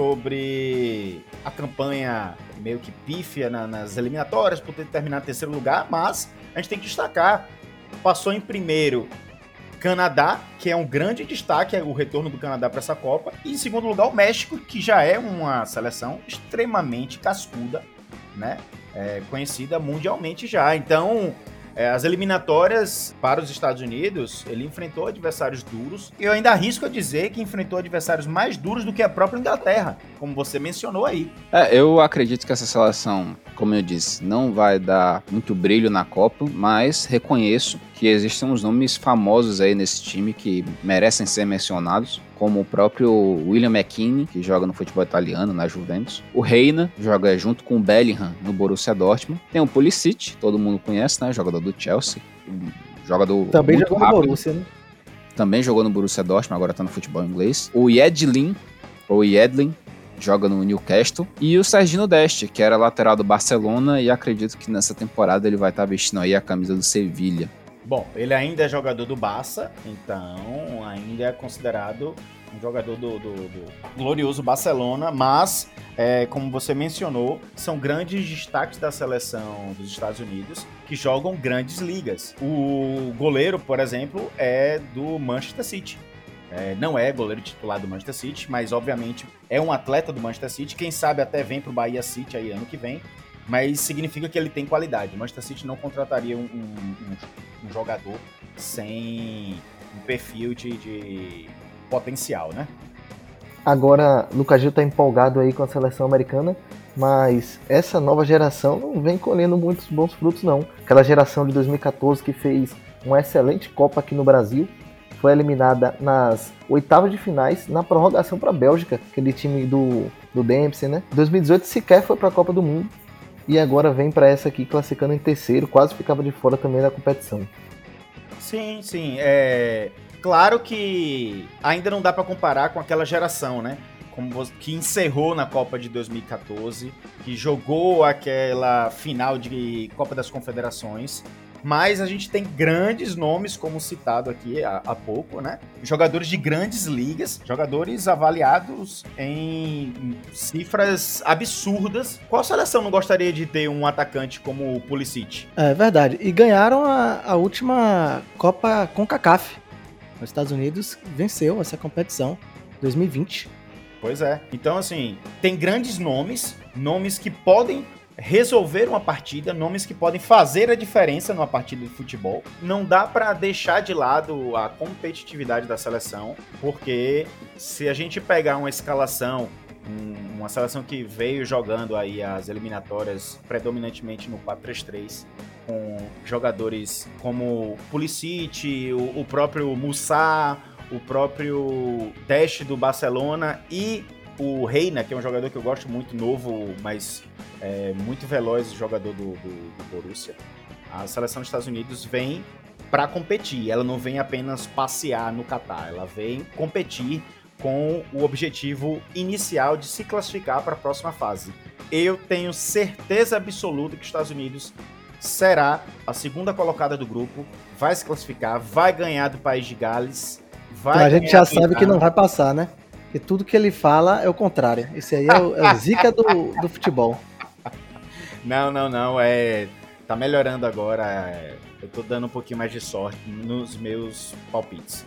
sobre a campanha meio que pífia nas eliminatórias, por ter terminado em terceiro lugar, mas a gente tem que destacar. Passou em primeiro Canadá, que é um grande destaque, o retorno do Canadá para essa Copa. E em segundo lugar o México, que já é uma seleção extremamente cascuda, né? Conhecida mundialmente já. Então, as eliminatórias para os Estados Unidos, ele enfrentou adversários duros. Eu ainda arrisco a dizer que enfrentou adversários mais duros do que a própria Inglaterra, como você mencionou aí. Eu acredito que essa seleção, como eu disse, não vai dar muito brilho na Copa, mas reconheço que existem uns nomes famosos aí nesse time que merecem ser mencionados, como o próprio William McKinney, que joga no futebol italiano, na Juventus. O Reina joga junto com o Bellingham no Borussia Dortmund. Tem o Pulisic, todo mundo conhece, né? Jogador do Chelsea. Jogador também muito jogou rápido. no Borussia, né? Também jogou no Borussia Dortmund, agora tá no futebol inglês. O Yedlin, joga no Newcastle. E o Serginho Deste, que era lateral do Barcelona, e acredito que nessa temporada ele vai estar vestindo aí a camisa do Sevilha. Bom, ele ainda é jogador do Barça, então ainda é considerado um jogador do glorioso Barcelona, mas, como você mencionou, são grandes destaques da seleção dos Estados Unidos que jogam grandes ligas. O goleiro, por exemplo, é do Manchester City. Não é goleiro titular do Manchester City, mas obviamente é um atleta do Manchester City, quem sabe até vem pro Bahia City aí ano que vem. Mas significa que ele tem qualidade. O Manchester City não contrataria um jogador sem um perfil de potencial, né? Agora, Lucas Gil tá empolgado aí com a seleção americana, mas essa nova geração não vem colhendo muitos bons frutos, não. Aquela geração de 2014 que fez uma excelente Copa aqui no Brasil, foi eliminada nas oitavas de finais, na prorrogação para a Bélgica, aquele time do Dempsey, né? 2018 sequer foi para a Copa do Mundo, e agora vem para essa aqui classificando em terceiro, quase ficava de fora também da competição. Sim, sim. Claro que ainda não dá para comparar com aquela geração, né? Que encerrou na Copa de 2014, que jogou aquela final de Copa das Confederações, mas a gente tem grandes nomes, como citado aqui há pouco, né? Jogadores de grandes ligas, jogadores avaliados em cifras absurdas. Qual seleção não gostaria de ter um atacante como o Pulisic? É verdade. E ganharam a última Copa CONCACAF. Os Estados Unidos venceu essa competição 2020. Pois é. Então, assim, tem grandes nomes que podem resolver uma partida, nomes que podem fazer a diferença numa partida de futebol. Não dá pra deixar de lado a competitividade da seleção, porque se a gente pegar uma escalação, uma seleção que veio jogando aí as eliminatórias predominantemente no 4-3-3, com jogadores como Pulisic, o próprio Moussa, o próprio Teste do Barcelona e o Reina, que é um jogador que eu gosto muito, novo, mas muito veloz, jogador do Borussia. A seleção dos Estados Unidos vem para competir, ela não vem apenas passear no Catar, ela vem competir com o objetivo inicial de se classificar para a próxima fase. Eu tenho certeza absoluta que os Estados Unidos será a segunda colocada do grupo, vai se classificar, vai ganhar do País de Gales. A gente já sabe que não vai passar, né? Porque tudo que ele fala é o contrário. Esse aí é o zica do futebol. Não. Tá melhorando agora. Eu tô dando um pouquinho mais de sorte nos meus palpites.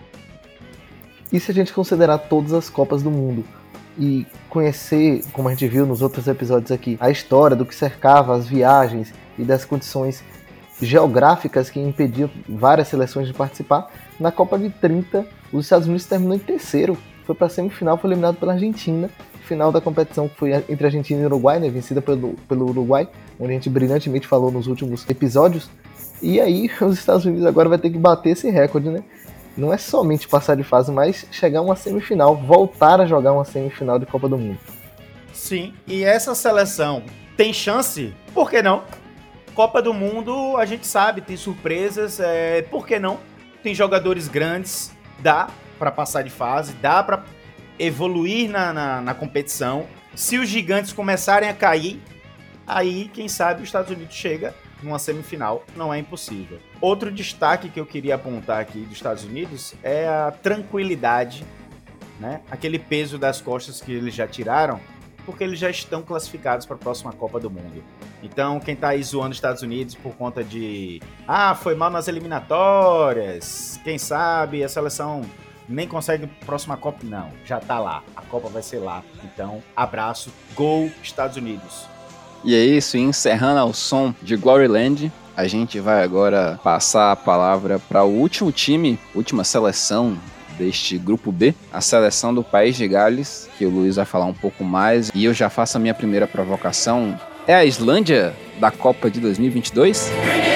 E se a gente considerar todas as Copas do Mundo e conhecer, como a gente viu nos outros episódios aqui, a história do que cercava as viagens e das condições geográficas que impediam várias seleções de participar, na Copa de 30, os Estados Unidos terminou em terceiro. Foi para a semifinal, foi eliminado pela Argentina. Final da competição que foi entre Argentina e Uruguai, né, vencida pelo Uruguai, onde a gente brilhantemente falou nos últimos episódios. E aí os Estados Unidos agora vai ter que bater esse recorde, né? Não é somente passar de fase, mas chegar a uma semifinal, voltar a jogar uma semifinal de Copa do Mundo. Sim, e essa seleção tem chance? Por que não? Copa do Mundo, a gente sabe, tem surpresas, por que não? Tem jogadores grandes, dá para passar de fase, dá para evoluir na competição. Se os gigantes começarem a cair, aí, quem sabe, os Estados Unidos chega numa semifinal, não é impossível. Outro destaque que eu queria apontar aqui dos Estados Unidos é a tranquilidade, né? Aquele peso das costas que eles já tiraram, porque eles já estão classificados para a próxima Copa do Mundo. Então, quem tá aí zoando os Estados Unidos por conta de foi mal nas eliminatórias, quem sabe a seleção nem consegue a próxima Copa, não, já tá lá, a Copa vai ser lá. Então, abraço, gol Estados Unidos. E é isso, encerrando ao som de Gloryland, a gente vai agora passar a palavra para o último time, última seleção deste grupo B, a seleção do País de Gales, que o Luiz vai falar um pouco mais, e eu já faço a minha primeira provocação. É a Islândia da Copa de 2022?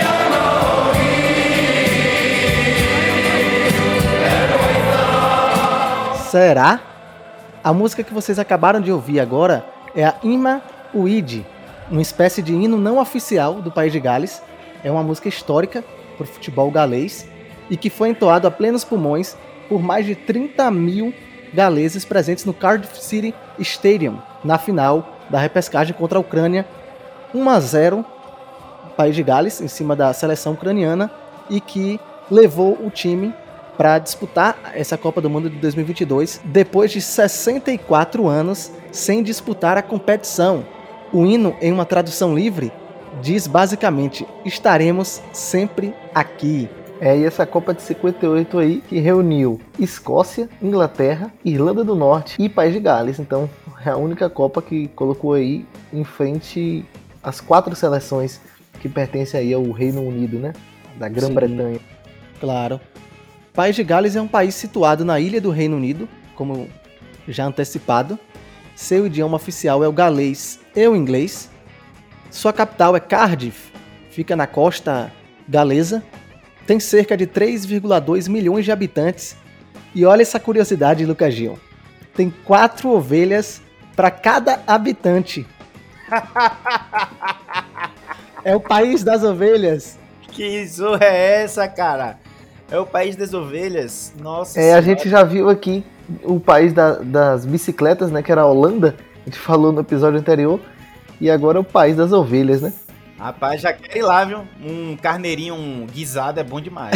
Será? A música que vocês acabaram de ouvir agora é a Ima Uidi, uma espécie de hino não oficial do País de Gales. É uma música histórica para o futebol galês e que foi entoado a plenos pulmões por mais de 30 mil galeses presentes no Cardiff City Stadium, na final da repescagem contra a Ucrânia. 1-0 País de Gales em cima da seleção ucraniana e que levou o time para disputar essa Copa do Mundo de 2022 depois de 64 anos sem disputar a competição. O hino, em uma tradução livre, diz basicamente: estaremos sempre aqui. E essa Copa de 58 aí que reuniu Escócia, Inglaterra, Irlanda do Norte e País de Gales. Então é a única Copa que colocou aí em frente as 4 seleções que pertencem aí ao Reino Unido, né? Da Grã-Bretanha. Claro. País de Gales é um país situado na ilha do Reino Unido, como já antecipado. Seu idioma oficial é o galês e o inglês. Sua capital é Cardiff, fica na costa galesa. Tem cerca de 3,2 milhões de habitantes. E olha essa curiosidade, Lucas Gil. Tem 4 ovelhas para cada habitante. É o país das ovelhas. Que zorra é essa, cara? É o país das ovelhas? Nossa A senhora. gente já viu aqui o país das bicicletas, né? Que era a Holanda. A gente falou no episódio anterior. E agora é o país das ovelhas, né? Rapaz, já quero ir lá, viu? Um carneirinho guisado é bom demais.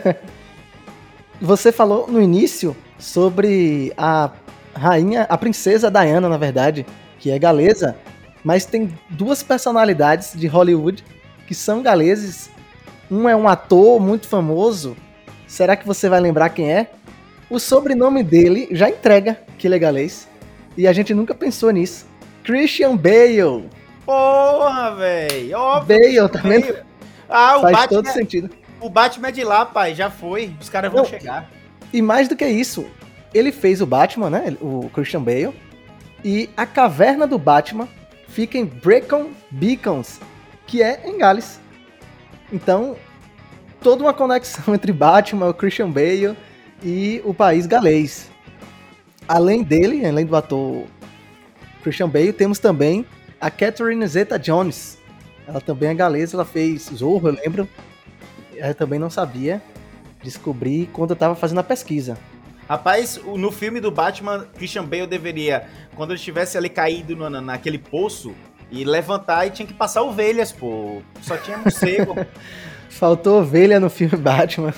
Você falou no início sobre a rainha, a princesa Diana, na verdade, que é galesa, mas tem 2 personalidades de Hollywood que são galeses. Um é um ator muito famoso. Será que você vai lembrar quem é? O sobrenome dele já entrega que ele é galês. E a gente nunca pensou nisso. Christian Bale. Porra, velho. Bale, tá vendo? Ah, o Faz Batman, todo sentido. o Batman é de lá, pai. Já foi. Os caras vão Não. chegar. E mais do que isso, ele fez o Batman, né? O Christian Bale. E a caverna do Batman fica em Brecon Beacons, que é em Gales. Então, toda uma conexão entre Batman, o Christian Bale e o país galês. Além dele, além do ator Christian Bale, temos também a Catherine Zeta-Jones. Ela também é galesa, ela fez Zorro, eu lembro. Eu também não sabia. Descobri quando eu tava fazendo a pesquisa. Rapaz, no filme do Batman, Christian Bale deveria, quando ele estivesse ali caído naquele poço, e levantar e tinha que passar ovelhas, pô. Só tinha morcego. Faltou ovelha no filme Batman.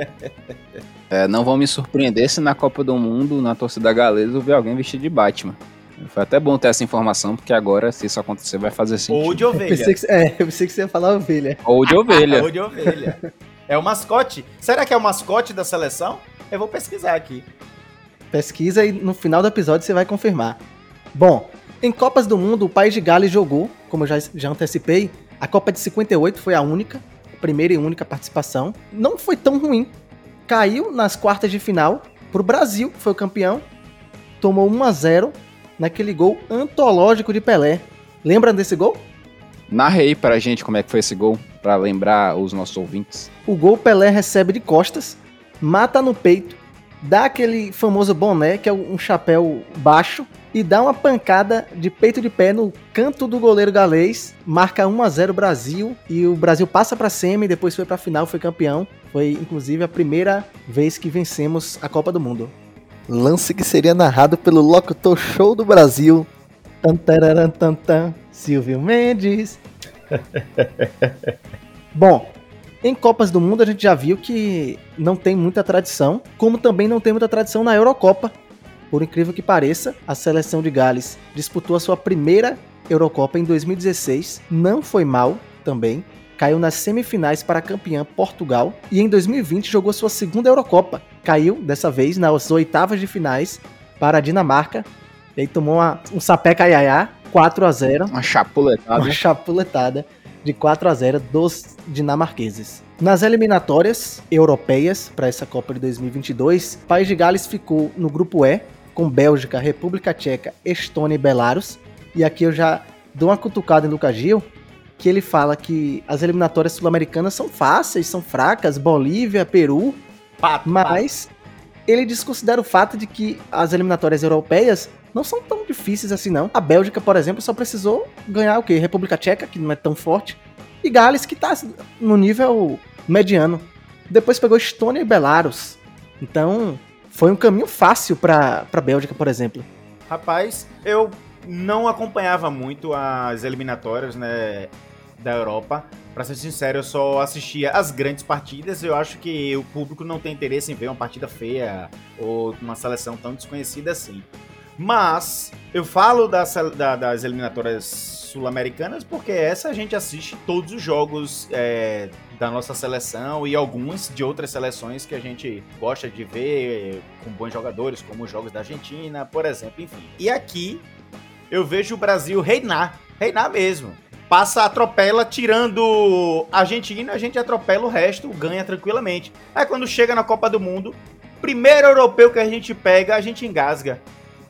Não vão me surpreender se na Copa do Mundo, na torcida galesa, eu ver alguém vestido de Batman. Foi até bom ter essa informação, porque agora, se isso acontecer, vai fazer sentido. Ou de Eu ovelha. pensei que você ia falar ovelha. Ou de ovelha. Ou de ovelha. É o mascote. Será que é o mascote da seleção? Eu vou pesquisar aqui. Pesquisa e no final do episódio você vai confirmar. Bom, em Copas do Mundo, o país de Gales jogou, como eu já antecipei, a Copa de 58 foi a única, primeira e única participação. Não foi tão ruim. Caiu nas quartas de final pro Brasil, que foi o campeão. Tomou 1-0 naquele gol antológico de Pelé. Lembram desse gol? Narrei pra gente como é que foi esse gol, pra lembrar os nossos ouvintes. O gol Pelé recebe de costas, mata no peito, dá aquele famoso boné, que é um chapéu baixo, e dá uma pancada de peito de pé no canto do goleiro galês, marca 1-0 Brasil, e o Brasil passa pra semi, depois foi pra final, foi campeão. Foi, inclusive, a primeira vez que vencemos a Copa do Mundo. Lance que seria narrado pelo locutor show do Brasil. Tan, Silvio Mendes. Bom, em Copas do Mundo a gente já viu que não tem muita tradição, como também não tem muita tradição na Eurocopa. Por incrível que pareça, a seleção de Gales disputou a sua primeira Eurocopa em 2016, não foi mal também, caiu nas semifinais para a campeã Portugal e em 2020 jogou sua segunda Eurocopa, caiu dessa vez nas oitavas de finais para a Dinamarca, e aí tomou um sapé caiaiá, 4-0. Uma chapuletada. Uma chapuletada de 4-0 dos dinamarqueses. Nas eliminatórias europeias para essa Copa de 2022, o país de Gales ficou no grupo E, com Bélgica, República Tcheca, Estônia e Belarus. E aqui eu já dou uma cutucada em Lucas Gil, que ele fala que as eliminatórias sul-americanas são fáceis, são fracas, Bolívia, Peru, mas ele desconsidera o fato de que as eliminatórias europeias não são tão difíceis assim não. A Bélgica, por exemplo, só precisou ganhar o quê? República Tcheca, que não é tão forte, e Gales, que tá no nível mediano. Depois pegou Estônia e Belarus. Então, foi um caminho fácil pra Bélgica, por exemplo. Rapaz, eu não acompanhava muito as eliminatórias, né, da Europa. Pra ser sincero, eu só assistia as grandes partidas. Eu acho que o público não tem interesse em ver uma partida feia ou uma seleção tão desconhecida assim. Mas eu falo das eliminatórias sul-americanas porque essa a gente assiste todos os jogos da nossa seleção e alguns de outras seleções que a gente gosta de ver com bons jogadores, como os jogos da Argentina, por exemplo, enfim. E aqui eu vejo o Brasil reinar mesmo. Passa, atropela, tirando a Argentina, a gente atropela o resto, ganha tranquilamente. Aí quando chega na Copa do Mundo, primeiro europeu que a gente pega, a gente engasga.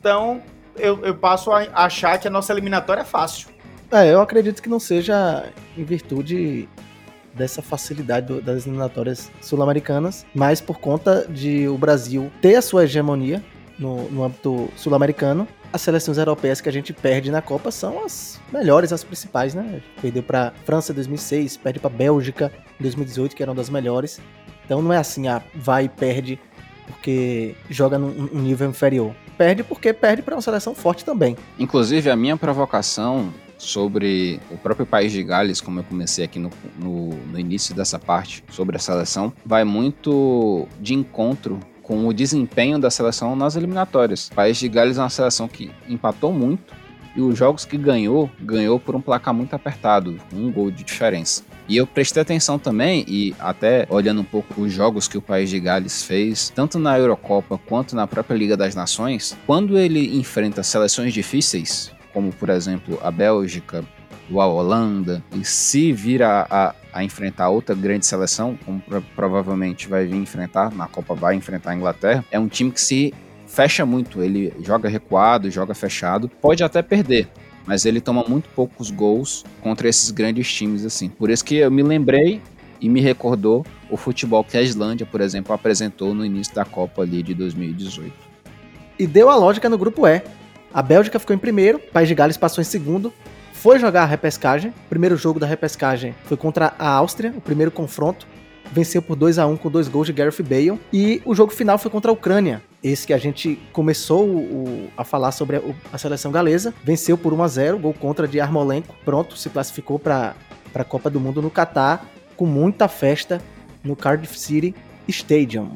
Então, eu passo a achar que a nossa eliminatória é fácil. Eu acredito que não seja em virtude dessa facilidade das eliminatórias sul-americanas, mas por conta de o Brasil ter a sua hegemonia no âmbito sul-americano. As seleções europeias que a gente perde na Copa são as melhores, as principais, né? Perdeu para França em 2006, perde para Bélgica em 2018, que eram das melhores. Então não é assim, vai e perde porque joga num nível inferior. Perde porque perde para uma seleção forte também. Inclusive, a minha provocação sobre o próprio País de Gales, como eu comecei aqui no início dessa parte, sobre a seleção, vai muito de encontro com o desempenho da seleção nas eliminatórias. O País de Gales é uma seleção que empatou muito e os jogos que ganhou por um placar muito apertado, 1 gol de diferença. E eu prestei atenção também, e até olhando um pouco os jogos que o País de Gales fez, tanto na Eurocopa quanto na própria Liga das Nações, quando ele enfrenta seleções difíceis, como por exemplo a Bélgica, a Holanda, e se vir a enfrentar outra grande seleção, como provavelmente vai vir enfrentar, na Copa vai enfrentar a Inglaterra, é um time que se fecha muito, ele joga recuado, joga fechado, pode até perder, mas ele toma muito poucos gols contra esses grandes times assim. Por isso que eu me lembrei e me recordou o futebol que a Islândia, por exemplo, apresentou no início da Copa ali de 2018. E deu a lógica no grupo E. A Bélgica ficou em primeiro, o País de Gales passou em segundo, foi jogar a repescagem. O primeiro jogo da repescagem foi contra a Áustria, o primeiro confronto. Venceu por 2-1 com 2 gols de Gareth Bale. E o jogo final foi contra a Ucrânia. Esse que a gente começou a falar sobre a seleção galesa. Venceu por 1-0, gol contra de Yarmolenko. Pronto, se classificou para a Copa do Mundo no Catar, com muita festa no Cardiff City Stadium.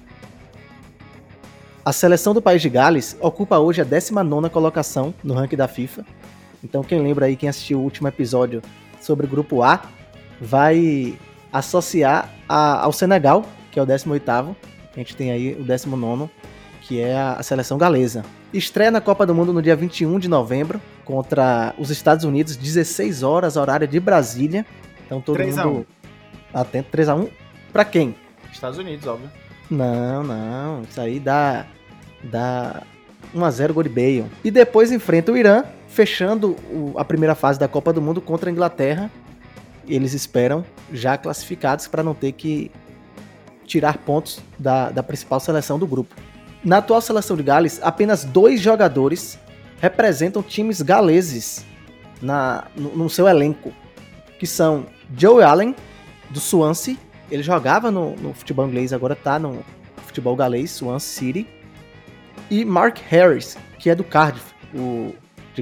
A seleção do País de Gales ocupa hoje a 19ª colocação no ranking da FIFA. Então quem lembra aí, quem assistiu o último episódio sobre o grupo A, vai associar ao Senegal, que é o 18º. A gente tem aí o 19º, que é a seleção galesa. Estreia na Copa do Mundo no dia 21 de novembro, contra os Estados Unidos, 16 horas, horário de Brasília. Então todo 3-1. mundo atento. 3-1 pra quem? Estados Unidos, óbvio. Não, isso aí dá 1-0 gol de Bale. E depois enfrenta o Irã, fechando a primeira fase da Copa do Mundo contra a Inglaterra. Eles esperam já classificados para não ter que tirar pontos da principal seleção do grupo. Na atual seleção de Gales, apenas 2 jogadores representam times galeses no seu elenco, que são Joe Allen, do Swansea. Ele jogava no futebol inglês, agora está no futebol galês, Swansea City. E Mark Harris, que é do Cardiff, o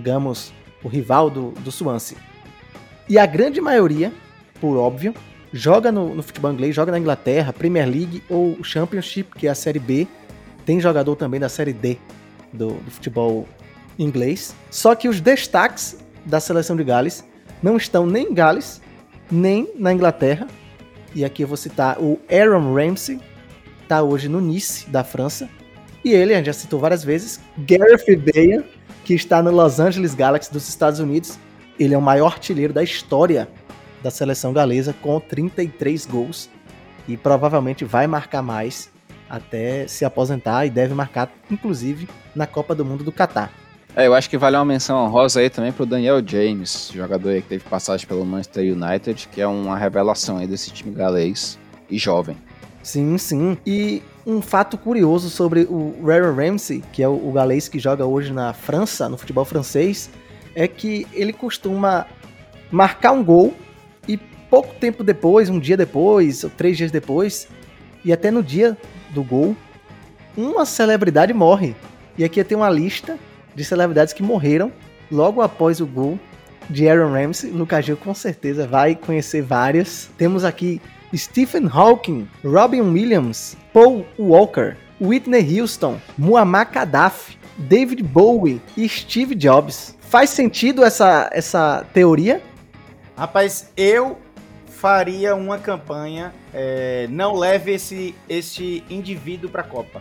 rival do Swansea. E a grande maioria, por óbvio, joga no futebol inglês, joga na Inglaterra, Premier League ou Championship, que é a Série B. Tem jogador também da Série D do futebol inglês. Só que os destaques da seleção de Gales não estão nem em Gales, nem na Inglaterra. E aqui eu vou citar o Aaron Ramsey, está hoje no Nice, da França. E ele, a gente já citou várias vezes, Gareth Bale, que está no Los Angeles Galaxy dos Estados Unidos. Ele é o maior artilheiro da história da seleção galesa, com 33 gols. E provavelmente vai marcar mais até se aposentar e deve marcar, inclusive, na Copa do Mundo do Catar. Eu acho que vale uma menção honrosa aí também pro Daniel James, jogador aí que teve passagem pelo Manchester United, que é uma revelação aí desse time galês e jovem. Sim. E um fato curioso sobre o Aaron Ramsey, que é o galês que joga hoje na França, no futebol francês, é que ele costuma marcar um gol e pouco tempo depois, um dia depois, ou 3 dias depois, e até no dia do gol, uma celebridade morre. E aqui tem uma lista de celebridades que morreram logo após o gol de Aaron Ramsey. Lucas Gil com certeza vai conhecer várias. Temos aqui Stephen Hawking, Robin Williams, Paul Walker, Whitney Houston, Muammar Gaddafi, David Bowie e Steve Jobs. Faz sentido essa teoria? Rapaz, eu faria uma campanha, não leve esse indivíduo pra Copa.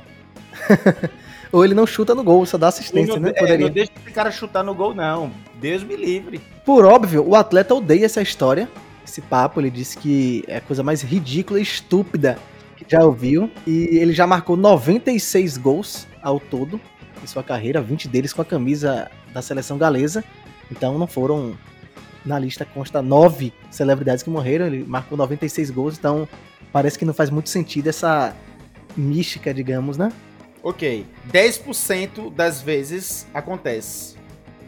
Ou ele não chuta no gol, só dá assistência, né? Não deixa esse cara chutar no gol, não. Deus me livre. Por óbvio, o atleta odeia essa história, esse papo. Ele disse que é a coisa mais ridícula e estúpida que já ouviu. E ele já marcou 96 gols ao todo em sua carreira, 20 deles com a camisa da seleção galesa. Então não foram, na lista consta 9 celebridades que morreram, ele marcou 96 gols, então parece que não faz muito sentido essa mística, digamos, né? Ok, 10% das vezes acontece.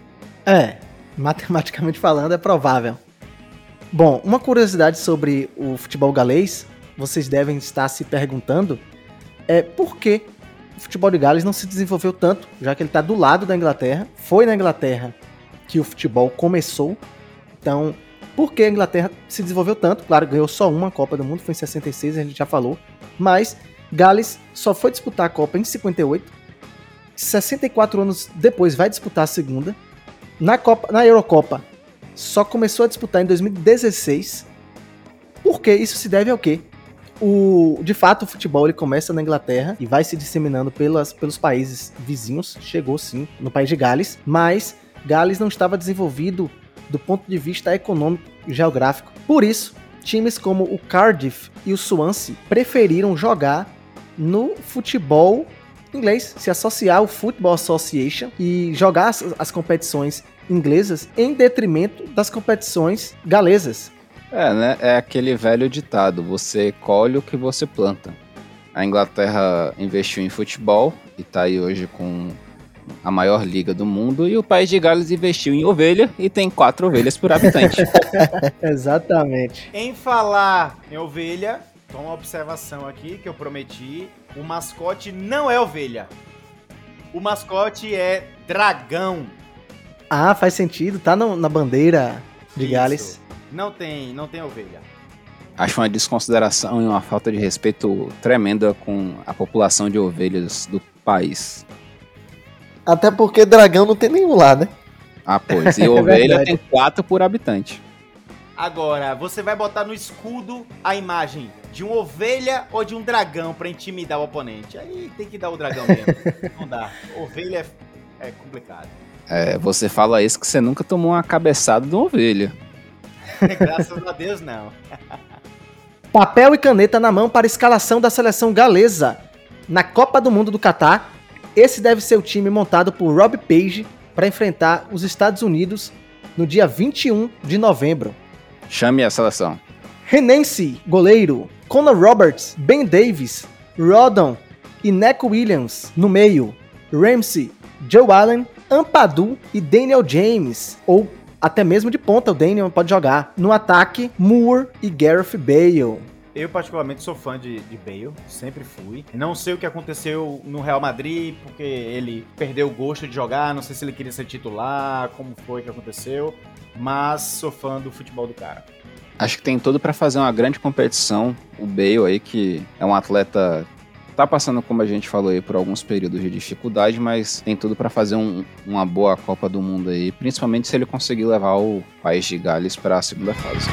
Matematicamente falando é provável. Bom, uma curiosidade sobre o futebol galês, vocês devem estar se perguntando, é por que o futebol de Gales não se desenvolveu tanto, já que ele está do lado da Inglaterra. Foi na Inglaterra que o futebol começou. Então, por que a Inglaterra se desenvolveu tanto? Claro, ganhou só uma Copa do Mundo, foi em 66, a gente já falou. Mas Gales só foi disputar a Copa em 58. 64 anos depois vai disputar a segunda. Na Eurocopa, só começou a disputar em 2016. Por quê? Isso se deve ao quê? De fato, o futebol ele começa na Inglaterra e vai se disseminando pelos países vizinhos. Chegou sim no país de Gales, mas Gales não estava desenvolvido do ponto de vista econômico e geográfico. Por isso, times como o Cardiff e o Swansea preferiram jogar no futebol inglês, se associar ao Football Association e jogar as competições inglesas em detrimento das competições galesas. Né? É aquele velho ditado, você colhe o que você planta. A Inglaterra investiu em futebol e tá aí hoje com a maior liga do mundo, e o país de Gales investiu em ovelha e tem 4 ovelhas por habitante. Exatamente. Em falar em ovelha, toma uma observação aqui que eu prometi, o mascote não é ovelha. O mascote é dragão. Ah, faz sentido, tá na bandeira de Isso. Gales. Não tem ovelha. Acho uma desconsideração e uma falta de respeito tremenda com a população de ovelhas do país. Até porque dragão não tem nenhum lá, né? Ah, pois. E ovelha verdade. tem 4 por habitante. Agora, você vai botar no escudo a imagem de uma ovelha ou de um dragão pra intimidar o oponente. Aí tem que dar o dragão mesmo. Não dá. Ovelha é complicado. Você fala isso que você nunca tomou uma cabeçada de uma ovelha. Graças a Deus, não. Papel e caneta na mão para a escalação da seleção galesa na Copa do Mundo do Catar. Esse deve ser o time montado por Rob Page para enfrentar os Estados Unidos no dia 21 de novembro. Chame a seleção. Hennessy, goleiro. Conor Roberts, Ben Davies, Rodon e Neco Williams no meio. Ramsey, Joe Allen, Ampadu e Daniel James, ou até mesmo de ponta o Daniel pode jogar. No ataque, Moore e Gareth Bale. Eu particularmente sou fã de Bale, sempre fui. Não sei o que aconteceu no Real Madrid, porque ele perdeu o gosto de jogar, não sei se ele queria ser titular, como foi que aconteceu, mas sou fã do futebol do cara. Acho que tem tudo para fazer uma grande competição. O Bale aí, que é um atleta, tá passando, como a gente falou aí, por alguns períodos de dificuldade, mas tem tudo para fazer uma boa Copa do Mundo aí, principalmente se ele conseguir levar o país de Gales para a segunda fase.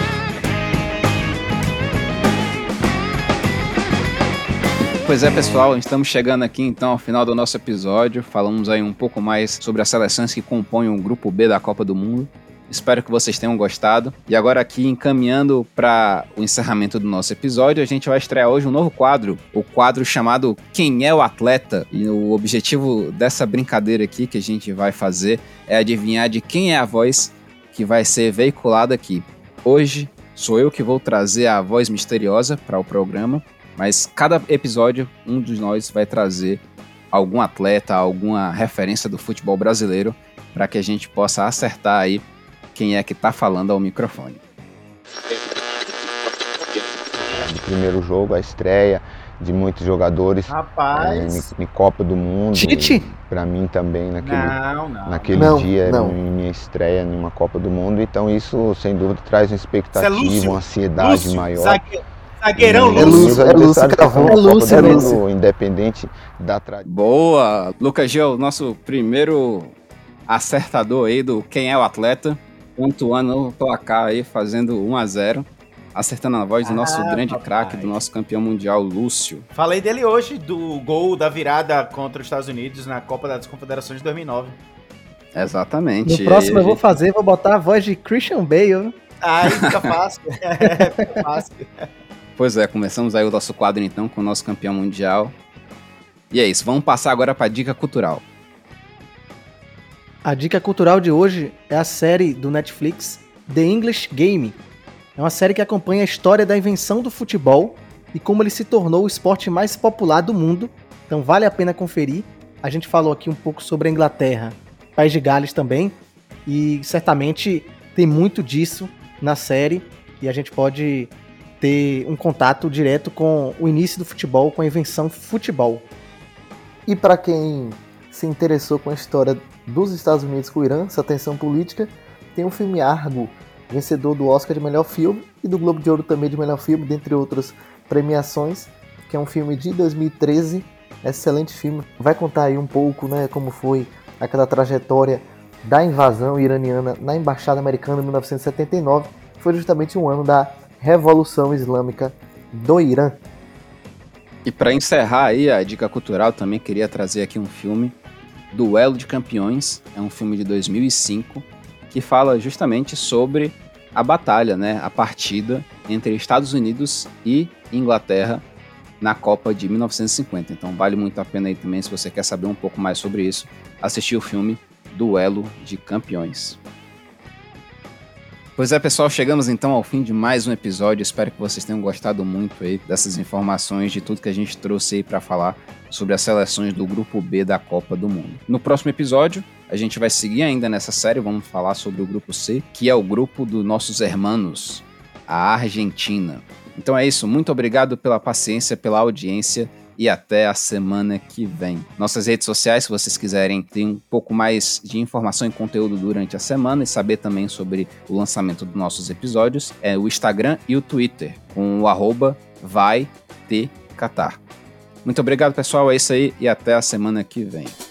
Pois é, pessoal, estamos chegando aqui então ao final do nosso episódio. Falamos aí um pouco mais sobre as seleções que compõem o grupo B da Copa do Mundo. Espero que vocês tenham gostado. E agora aqui, encaminhando para o encerramento do nosso episódio, a gente vai estrear hoje um novo quadro, o quadro chamado Quem é o Atleta? E o objetivo dessa brincadeira aqui que a gente vai fazer é adivinhar de quem é a voz que vai ser veiculada aqui. Hoje sou eu que vou trazer a voz misteriosa para o programa, mas cada episódio um de nós vai trazer algum atleta, alguma referência do futebol brasileiro para que a gente possa acertar aí quem é que tá falando ao microfone. O primeiro jogo, a estreia de muitos jogadores em Copa do Mundo. Tite? Para mim também, naquele Não, dia, não. minha estreia numa Copa do Mundo. Então isso, sem dúvida, traz uma expectativa, Lúcio, uma ansiedade maior. Zagueirão E Lúcio. É Lúcio, cravou. Copa do Lúcio, Mundo, Lúcio. independente da tradição. Boa! Lucas Gil, nosso primeiro acertador aí do Quem é o Atleta, pontuando o placar aí, fazendo 1-0, acertando a voz do nosso grande papai. craque, do nosso campeão mundial, Lúcio. Falei dele hoje, do gol da virada contra os Estados Unidos na Copa das Confederações de 2009. Exatamente. No próximo eu E a vou botar a voz de Christian Bale. Aí fica fácil. Fica fácil. Pois é, começamos aí o nosso quadro então com o nosso campeão mundial. E é isso, vamos passar agora para a dica cultural. A dica cultural de hoje é a série do Netflix The English Game. É uma série que acompanha a história da invenção do futebol e como ele se tornou o esporte mais popular do mundo. Então vale a pena conferir. A gente falou aqui um pouco sobre a Inglaterra, País de Gales também, e certamente tem muito disso na série e a gente pode ter um contato direto com o início do futebol, com a invenção do futebol. E para quem se interessou com a história dos Estados Unidos com o Irã, essa tensão política, tem o filme Argo, vencedor do Oscar de melhor filme e do Globo de Ouro também de melhor filme, dentre outras premiações, que é um filme de 2013, excelente filme, vai contar aí um pouco, né, como foi aquela trajetória da invasão iraniana na Embaixada Americana em 1979, foi justamente um ano da Revolução Islâmica do Irã. E para encerrar aí a dica cultural, também queria trazer aqui um filme, Duelo de Campeões, é um filme de 2005, que fala justamente sobre a batalha, né, a partida entre Estados Unidos e Inglaterra na Copa de 1950. Então vale muito a pena aí também, se você quer saber um pouco mais sobre isso, assistir o filme Duelo de Campeões. Pois é, pessoal, chegamos então ao fim de mais um episódio. Espero que vocês tenham gostado muito aí dessas informações, de tudo que a gente trouxe aí para falar sobre as seleções do Grupo B da Copa do Mundo. No próximo episódio, a gente vai seguir ainda nessa série, vamos falar sobre o Grupo C, que é o grupo dos nossos hermanos, a Argentina. Então é isso, muito obrigado pela paciência, pela audiência e até a semana que vem. Nossas redes sociais, se vocês quiserem ter um pouco mais de informação e conteúdo durante a semana e saber também sobre o lançamento dos nossos episódios, é o Instagram e o Twitter, com o @VaiTerQatar. Muito obrigado, pessoal, é isso aí e até a semana que vem.